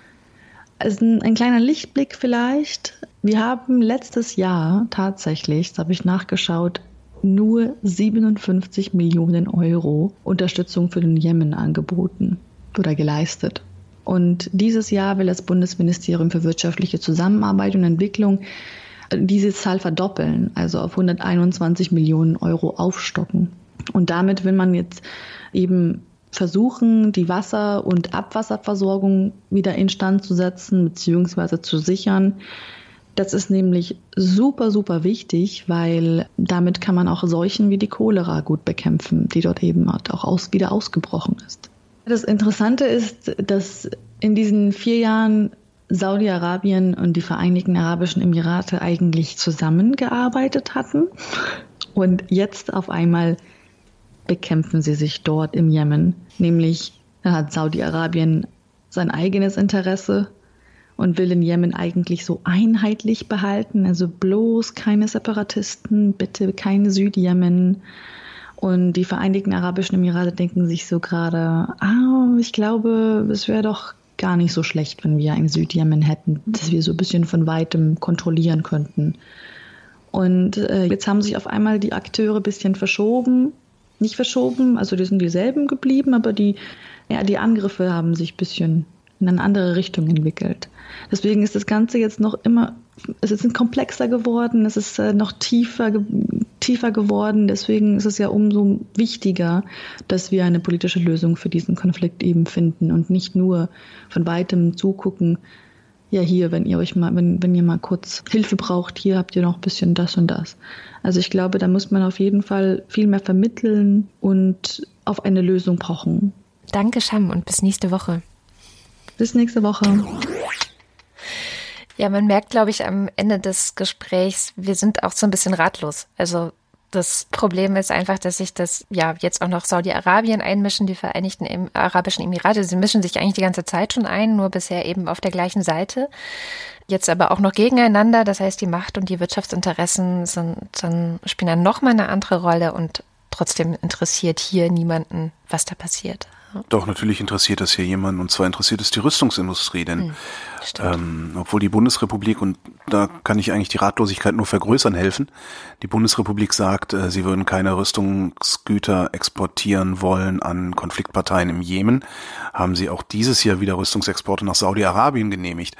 Also ein, ein kleiner Lichtblick vielleicht. Wir haben letztes Jahr tatsächlich, das habe ich nachgeschaut, nur siebenundfünfzig Millionen Euro Unterstützung für den Jemen angeboten oder geleistet. Und dieses Jahr will das Bundesministerium für wirtschaftliche Zusammenarbeit und Entwicklung diese Zahl verdoppeln, also auf hunderteinundzwanzig Millionen Euro aufstocken. Und damit will man jetzt eben versuchen, die Wasser- und Abwasserversorgung wieder instand zu setzen bzw. zu sichern. Das ist nämlich super, super wichtig, weil damit kann man auch Seuchen wie die Cholera gut bekämpfen, die dort eben auch aus, wieder ausgebrochen ist. Das Interessante ist, dass in diesen vier Jahren Saudi-Arabien und die Vereinigten Arabischen Emirate eigentlich zusammengearbeitet hatten und jetzt auf einmal bekämpfen sie sich dort im Jemen. Nämlich dann hat Saudi-Arabien sein eigenes Interesse und will den Jemen eigentlich so einheitlich behalten. Also bloß keine Separatisten, bitte kein Südjemen. Und die Vereinigten Arabischen Emirate denken sich so gerade, ah, ich glaube, es wäre doch gar nicht so schlecht, wenn wir ein Südjemen hätten, dass wir so ein bisschen von Weitem kontrollieren könnten. Und äh, jetzt haben sich auf einmal die Akteure ein bisschen verschoben. Nicht verschoben, also die sind dieselben geblieben, aber die, ja, die Angriffe haben sich ein bisschen in eine andere Richtung entwickelt. Deswegen ist das Ganze jetzt noch immer, es ist komplexer geworden, es ist noch tiefer, tiefer geworden. Deswegen ist es ja umso wichtiger, dass wir eine politische Lösung für diesen Konflikt eben finden und nicht nur von weitem zugucken. Ja, hier, wenn ihr euch mal, wenn, wenn ihr mal kurz Hilfe braucht, hier habt ihr noch ein bisschen das und das. Also ich glaube, da muss man auf jeden Fall viel mehr vermitteln und auf eine Lösung pochen. Danke, Sham, und bis nächste Woche. Bis nächste Woche. Ja, man merkt, glaube ich, am Ende des Gesprächs, wir sind auch so ein bisschen ratlos. Also das Problem ist einfach, dass sich das, ja, jetzt auch noch Saudi-Arabien einmischen, die Vereinigten Arabischen Emirate. Sie mischen sich eigentlich die ganze Zeit schon ein, nur bisher eben auf der gleichen Seite. Jetzt aber auch noch gegeneinander. Das heißt, die Macht und die Wirtschaftsinteressen sind, dann spielen dann nochmal eine andere Rolle und trotzdem interessiert hier niemanden, was da passiert. Doch, natürlich interessiert das hier jemanden, und zwar interessiert es die Rüstungsindustrie, denn hm, ähm, obwohl die Bundesrepublik, und da kann ich eigentlich die Ratlosigkeit nur vergrößern helfen, die Bundesrepublik sagt, äh, sie würden keine Rüstungsgüter exportieren wollen an Konfliktparteien im Jemen, haben sie auch dieses Jahr wieder Rüstungsexporte nach Saudi-Arabien genehmigt,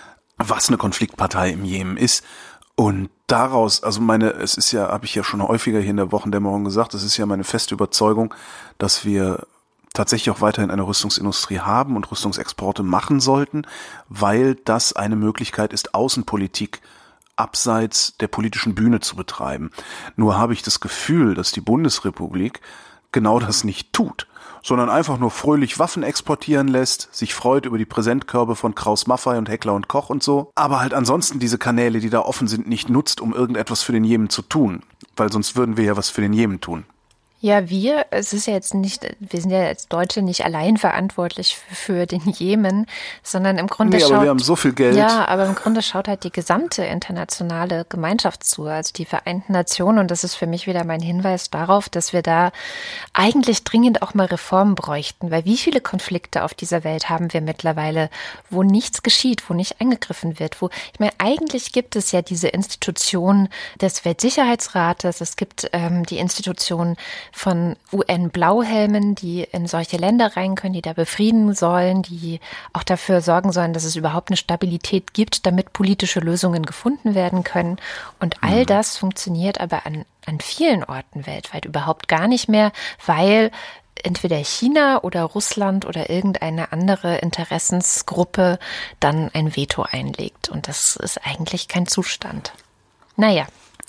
was eine Konfliktpartei im Jemen ist. Und daraus, also meine, es ist ja, habe ich ja schon häufiger hier in der Wochendämmerung gesagt, es ist ja meine feste Überzeugung, dass wir tatsächlich auch weiterhin eine Rüstungsindustrie haben und Rüstungsexporte machen sollten, weil das eine Möglichkeit ist, Außenpolitik abseits der politischen Bühne zu betreiben. Nur habe ich das Gefühl, dass die Bundesrepublik genau das nicht tut, sondern einfach nur fröhlich Waffen exportieren lässt, sich freut über die Präsentkörbe von Kraus-Maffei und Heckler und Koch und so, aber halt ansonsten diese Kanäle, die da offen sind, nicht nutzt, um irgendetwas für den Jemen zu tun, weil sonst würden wir ja was für den Jemen tun. Ja, wir, es ist ja jetzt nicht, wir sind ja als Deutsche nicht allein verantwortlich für, für den Jemen, sondern im Grunde nee, schaut... aber wir haben so viel Geld. Ja, aber im Grunde schaut halt die gesamte internationale Gemeinschaft zu, also die Vereinten Nationen, und das ist für mich wieder mein Hinweis darauf, dass wir da eigentlich dringend auch mal Reformen bräuchten, weil wie viele Konflikte auf dieser Welt haben wir mittlerweile, wo nichts geschieht, wo nicht eingegriffen wird, wo, ich meine, eigentlich gibt es ja diese Institution des Weltsicherheitsrates, es gibt ähm, die Institution von U N-Blauhelmen, die in solche Länder rein können, die da befrieden sollen, die auch dafür sorgen sollen, dass es überhaupt eine Stabilität gibt, damit politische Lösungen gefunden werden können. Und all das funktioniert aber an, an vielen Orten weltweit überhaupt gar nicht mehr, weil entweder China oder Russland oder irgendeine andere Interessensgruppe dann ein Veto einlegt. Und das ist eigentlich kein Zustand. Naja.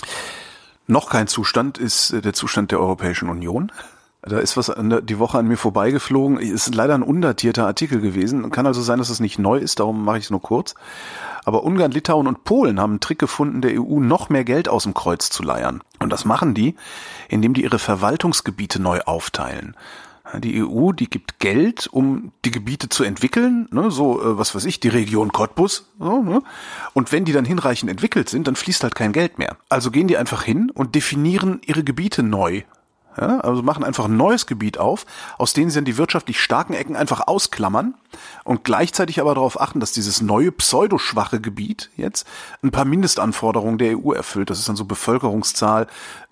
Noch kein Zustand ist der Zustand der Europäischen Union. Da ist was die Woche an mir vorbeigeflogen. Ist leider ein undatierter Artikel gewesen. Kann also sein, dass es nicht neu ist, darum mache ich es nur kurz. Aber Ungarn, Litauen und Polen haben einen Trick gefunden, der E U noch mehr Geld aus dem Kreuz zu leiern. Und das machen die, indem die ihre Verwaltungsgebiete neu aufteilen. Die E U, die gibt Geld, um die Gebiete zu entwickeln, ne, so, äh, was weiß ich, die Region Cottbus. So, ne? Und wenn die dann hinreichend entwickelt sind, dann fließt halt kein Geld mehr. Also gehen die einfach hin und definieren ihre Gebiete neu. Ja, also machen einfach ein neues Gebiet auf, aus denen sie dann die wirtschaftlich starken Ecken einfach ausklammern und gleichzeitig aber darauf achten, dass dieses neue pseudoschwache Gebiet jetzt ein paar Mindestanforderungen der E U erfüllt. Das ist dann so Bevölkerungszahl,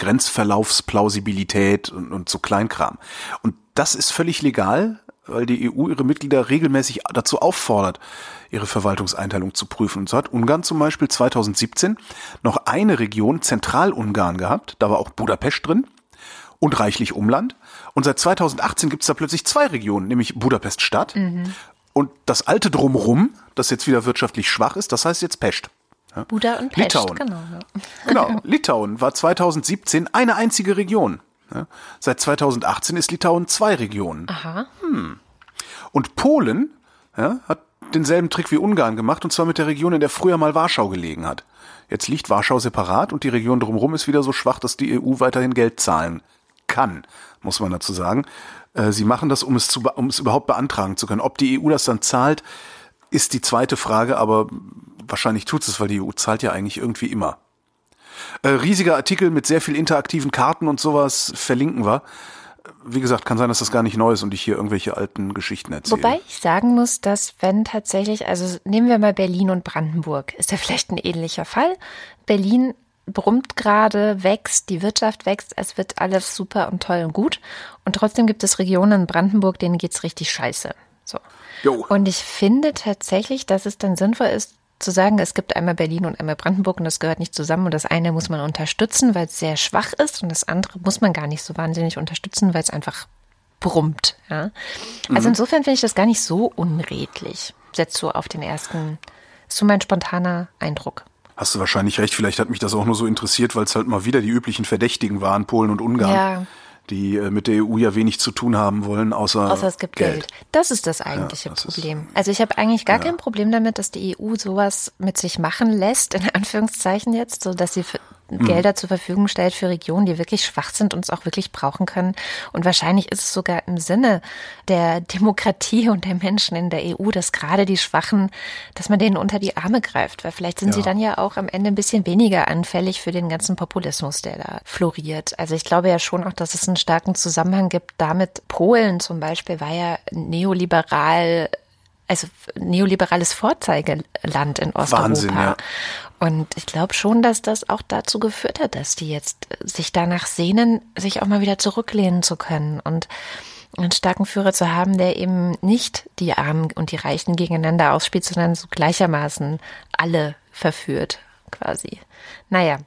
Grenzverlaufsplausibilität und, und so Kleinkram. Und das ist völlig legal, weil die E U ihre Mitglieder regelmäßig dazu auffordert, ihre Verwaltungseinteilung zu prüfen. Und so hat Ungarn zum Beispiel zweitausendsiebzehn noch eine Region, Zentralungarn, gehabt. Da war auch Budapest drin und reichlich Umland. Und seit zweitausendachtzehn gibt es da plötzlich zwei Regionen, nämlich Budapest-Stadt mhm. und das alte Drumherum, das jetzt wieder wirtschaftlich schwach ist, das heißt jetzt Pest. Ja? Buda und Pest, Litauen. genau. Genau, Litauen war zweitausendsiebzehn eine einzige Region. Ja? Seit zweitausendachtzehn ist Litauen zwei Regionen. Aha. Hm. Und Polen ja, hat denselben Trick wie Ungarn gemacht, und zwar mit der Region, in der früher mal Warschau gelegen hat. Jetzt liegt Warschau separat und die Region drumherum ist wieder so schwach, dass die E U weiterhin Geld zahlen kann, muss man dazu sagen. Äh, sie machen das, um es, zu, um es überhaupt beantragen zu können. Ob die E U das dann zahlt, ist die zweite Frage, aber wahrscheinlich tut es, weil die E U zahlt ja eigentlich irgendwie immer. Äh, riesiger Artikel mit sehr viel interaktiven Karten und sowas verlinken wir. Wie gesagt, kann sein, dass das gar nicht neu ist und ich hier irgendwelche alten Geschichten erzähle. Wobei ich sagen muss, dass wenn tatsächlich, also nehmen wir mal Berlin und Brandenburg, ist ja vielleicht ein ähnlicher Fall. Berlin brummt gerade, wächst, die Wirtschaft wächst, es wird alles super und toll und gut. Und trotzdem gibt es Regionen in Brandenburg, denen geht's richtig scheiße. So. Jo. Und ich finde tatsächlich, dass es dann sinnvoll ist, zu sagen, es gibt einmal Berlin und einmal Brandenburg und das gehört nicht zusammen und das eine muss man unterstützen, weil es sehr schwach ist und das andere muss man gar nicht so wahnsinnig unterstützen, weil es einfach brummt. Ja? Also mhm. insofern finde ich das gar nicht so unredlich, jetzt so auf den ersten, ist so mein spontaner Eindruck. Hast du wahrscheinlich recht, vielleicht hat mich das auch nur so interessiert, weil es halt mal wieder die üblichen Verdächtigen waren, Polen und Ungarn. Ja. Die mit der E U ja wenig zu tun haben wollen, außer, außer es gibt Geld. Geld. Das ist das eigentliche ja, das Problem. Ist, also ich habe eigentlich gar ja. kein Problem damit, dass die E U sowas mit sich machen lässt, in Anführungszeichen jetzt, so dass sie für Gelder zur Verfügung stellt für Regionen, die wirklich schwach sind und es auch wirklich brauchen können. Und wahrscheinlich ist es sogar im Sinne der Demokratie und der Menschen in der E U, dass gerade die Schwachen, dass man denen unter die Arme greift. Weil vielleicht sind ja. sie dann ja auch am Ende ein bisschen weniger anfällig für den ganzen Populismus, der da floriert. Also ich glaube ja schon auch, dass es einen starken Zusammenhang gibt damit. Polen zum Beispiel war ja neoliberal, also neoliberales Vorzeigeland in Osteuropa. Wahnsinn, ja. Und ich glaube schon, dass das auch dazu geführt hat, dass die jetzt sich danach sehnen, sich auch mal wieder zurücklehnen zu können und einen starken Führer zu haben, der eben nicht die Armen und die Reichen gegeneinander ausspielt, sondern so gleichermaßen alle verführt, quasi. Naja.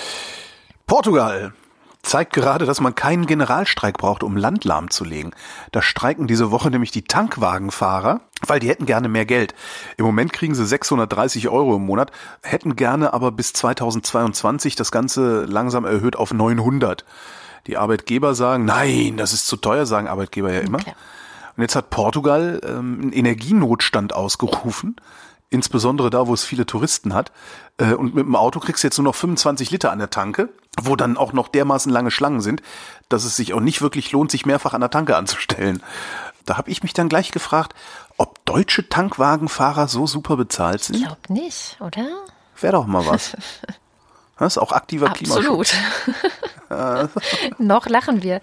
Portugal zeigt gerade, dass man keinen Generalstreik braucht, um Land lahmzulegen. Da streiken diese Woche nämlich die Tankwagenfahrer, weil die hätten gerne mehr Geld. Im Moment kriegen sie sechshundertdreißig Euro im Monat, hätten gerne aber bis zweitausendzweiundzwanzig das Ganze langsam erhöht auf neunhundert. Die Arbeitgeber sagen, nein, das ist zu teuer, sagen Arbeitgeber ja immer. Okay. Und jetzt hat Portugal ähm, einen Energienotstand ausgerufen, insbesondere da, wo es viele Touristen hat. Äh, und mit dem Auto kriegst du jetzt nur noch fünfundzwanzig Liter an der Tanke, wo dann auch noch dermaßen lange Schlangen sind, dass es sich auch nicht wirklich lohnt, sich mehrfach an der Tanke anzustellen. Da habe ich mich dann gleich gefragt, ob deutsche Tankwagenfahrer so super bezahlt sind. Ich glaube nicht, oder? Wäre doch mal was. Das ist auch aktiver Klimaschutz. Absolut. Noch lachen wir.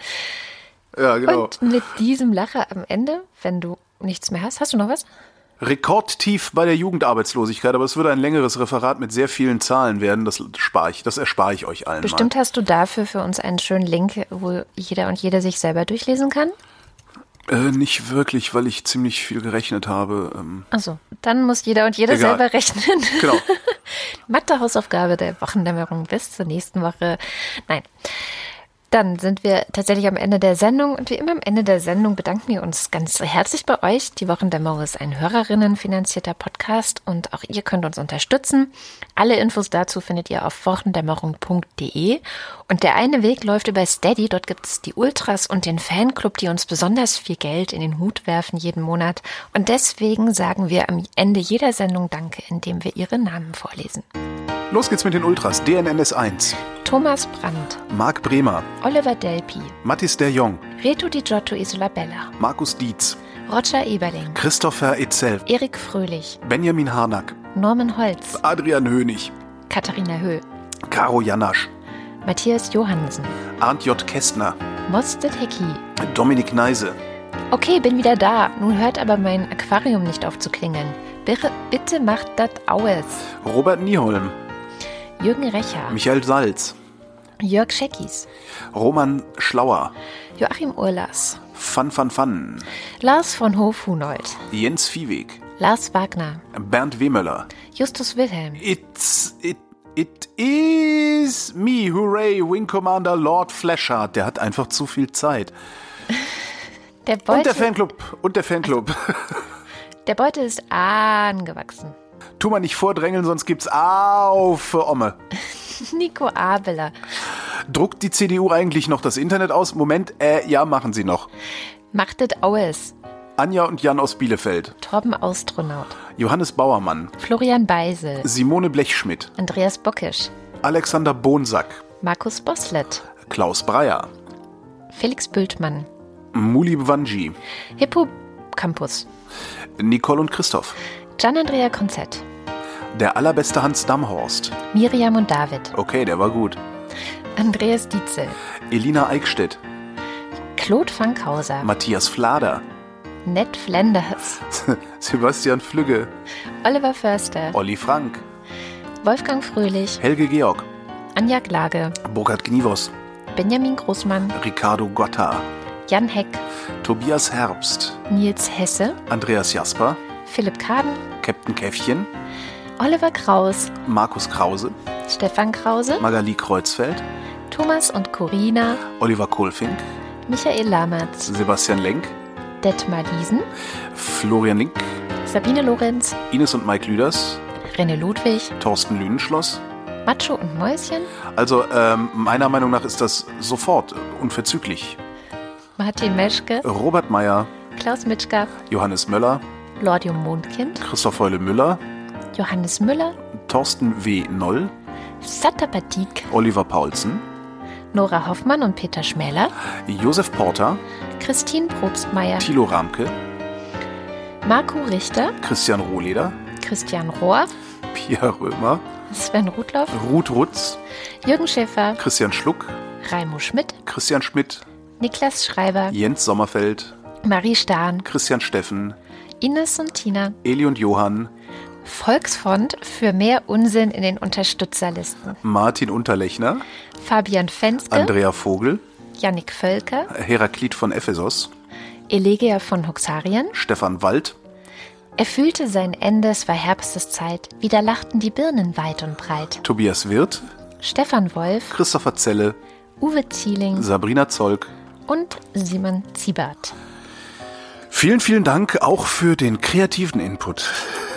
Ja, genau. Und mit diesem Lacher am Ende, wenn du nichts mehr hast, hast du noch was? Rekordtief bei der Jugendarbeitslosigkeit, aber es würde ein längeres Referat mit sehr vielen Zahlen werden. Das spare ich, das erspare ich euch allen. Bestimmt mal. Hast du dafür für uns einen schönen Link, wo jeder und jede sich selber durchlesen kann? Äh, nicht wirklich, weil ich ziemlich viel gerechnet habe. Ähm Achso, dann muss jeder und jede Egal. selber rechnen. Genau. Mathe-Hausaufgabe der Wochendämmerung bis zur nächsten Woche. Nein. Dann sind wir tatsächlich am Ende der Sendung und wie immer am Ende der Sendung bedanken wir uns ganz herzlich bei euch. Die Wochendämmerung ist ein hörerinnenfinanzierter Podcast und auch ihr könnt uns unterstützen. Alle Infos dazu findet ihr auf wochendämmerung punkt de und der eine Weg läuft über Steady. Dort gibt es die Ultras und den Fanclub, die uns besonders viel Geld in den Hut werfen jeden Monat und deswegen sagen wir am Ende jeder Sendung Danke, indem wir ihre Namen vorlesen. Los geht's mit den Ultras. D N N S eins. Thomas Brandt. Marc Bremer. Oliver Delpi. Mathis der Jong. Reto Di Giotto Isolabella. Markus Dietz. Roger Eberling. Christopher Etzel. Erik Fröhlich. Benjamin Harnack. Norman Holz. Adrian Hönig. Katharina Höh. Caro Janasch. Matthias Johansen. Arndt J. Kästner. Mostet Hecki. Dominik Neise. Okay, bin wieder da. Nun hört aber mein Aquarium nicht auf zu klingeln. Bitte, bitte macht das aus. Robert Nieholm. Jürgen Recher. Michael Salz. Jörg Scheckis. Roman Schlauer. Joachim Urlas. Fan Fan Fan. Lars von Hof-Hunold. Jens Viehweg. Lars Wagner. Bernd Wehmöller. Justus Wilhelm. It's, it, it is me, hooray, Wing Commander Lord Fleshard. Der hat einfach zu viel Zeit. Der Beutel, Und der Fanclub. Und der Fanclub. der Beutel ist angewachsen. Tu mal nicht vordrängeln, sonst gibt's auf für Omme. Nico Abeler. Druckt die C D U eigentlich noch das Internet aus? Moment, äh, ja, machen sie noch. Machtet Aues. Anja und Jan aus Bielefeld. Torben Austronaut. Johannes Bauermann. Florian Beisel. Simone Blechschmidt. Andreas Bockisch. Alexander Bonsack. Markus Boslett. Klaus Breyer. Felix Bültmann. Muli Bwanji. Hippocampus. Nicole und Christoph. Gian-Andrea Konzett. Der allerbeste Hans Damhorst. Miriam und David. Okay, der war gut. Andreas Dietzel. Elina Eickstedt. Claude Fankhauser. Matthias Flader. Ned Flanders. Sebastian Flügge. Oliver Förster. Olli Frank. Wolfgang Fröhlich. Helge Georg. Anja Glage. Burkhard Gnivos. Benjamin Großmann. Ricardo Gotta. Jan Heck. Tobias Herbst. Nils Hesse. Andreas Jasper. Philipp Kaden. Captain Käffchen. Oliver Kraus. Markus Krause. Stefan Krause. Magali Kreuzfeld. Thomas und Corina. Oliver Kohlfink. Michael Lamertz. Sebastian Lenk. Detmar Diesen. Florian Link. Sabine Lorenz. Ines und Mike Lüders. René Ludwig. Thorsten Lüdenschloss. Macho und Mäuschen. Also ähm, meiner Meinung nach ist das sofort unverzüglich. Martin Meschke. Robert Meyer. Klaus Mitschka. Johannes Möller. Lordium Mondkind. Christoph Heule Müller. Johannes Müller. Thorsten W. Noll. Satapatik. Oliver Paulsen. Nora Hoffmann und Peter Schmäler. Josef Porter. Christine Probstmeier. Thilo Ramke. Marco Richter. Christian Rohleder. Christian Rohr. Pia Römer. Sven Rudloff. Ruth Rutz. Jürgen Schäfer. Christian Schluck. Raimo Schmidt. Christian Schmidt. Niklas Schreiber. Jens Sommerfeld. Marie Stahn. Christian Steffen. Ines und Tina. Eli und Johann. Volksfront für mehr Unsinn in den Unterstützerlisten. Martin Unterlechner. Fabian Fenske. Andrea Vogel. Jannik Völker. Heraklit von Ephesos. Elegia von Huxarien. Stefan Wald. Er fühlte sein Ende, es war Herbsteszeit. Wieder lachten die Birnen weit und breit. Tobias Wirth. Stefan Wolf. Christopher Zelle. Uwe Zieling. Sabrina Zolk. Und Simon Ziebart. Vielen, vielen Dank auch für den kreativen Input.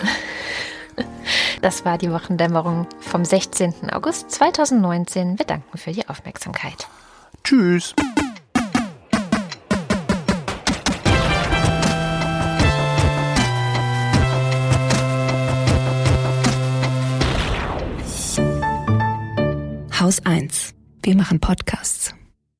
Das war die Wochendämmerung vom sechzehnten August zweitausendneunzehn. Wir danken für die Aufmerksamkeit. Tschüss. Haus eins. Wir machen Podcasts.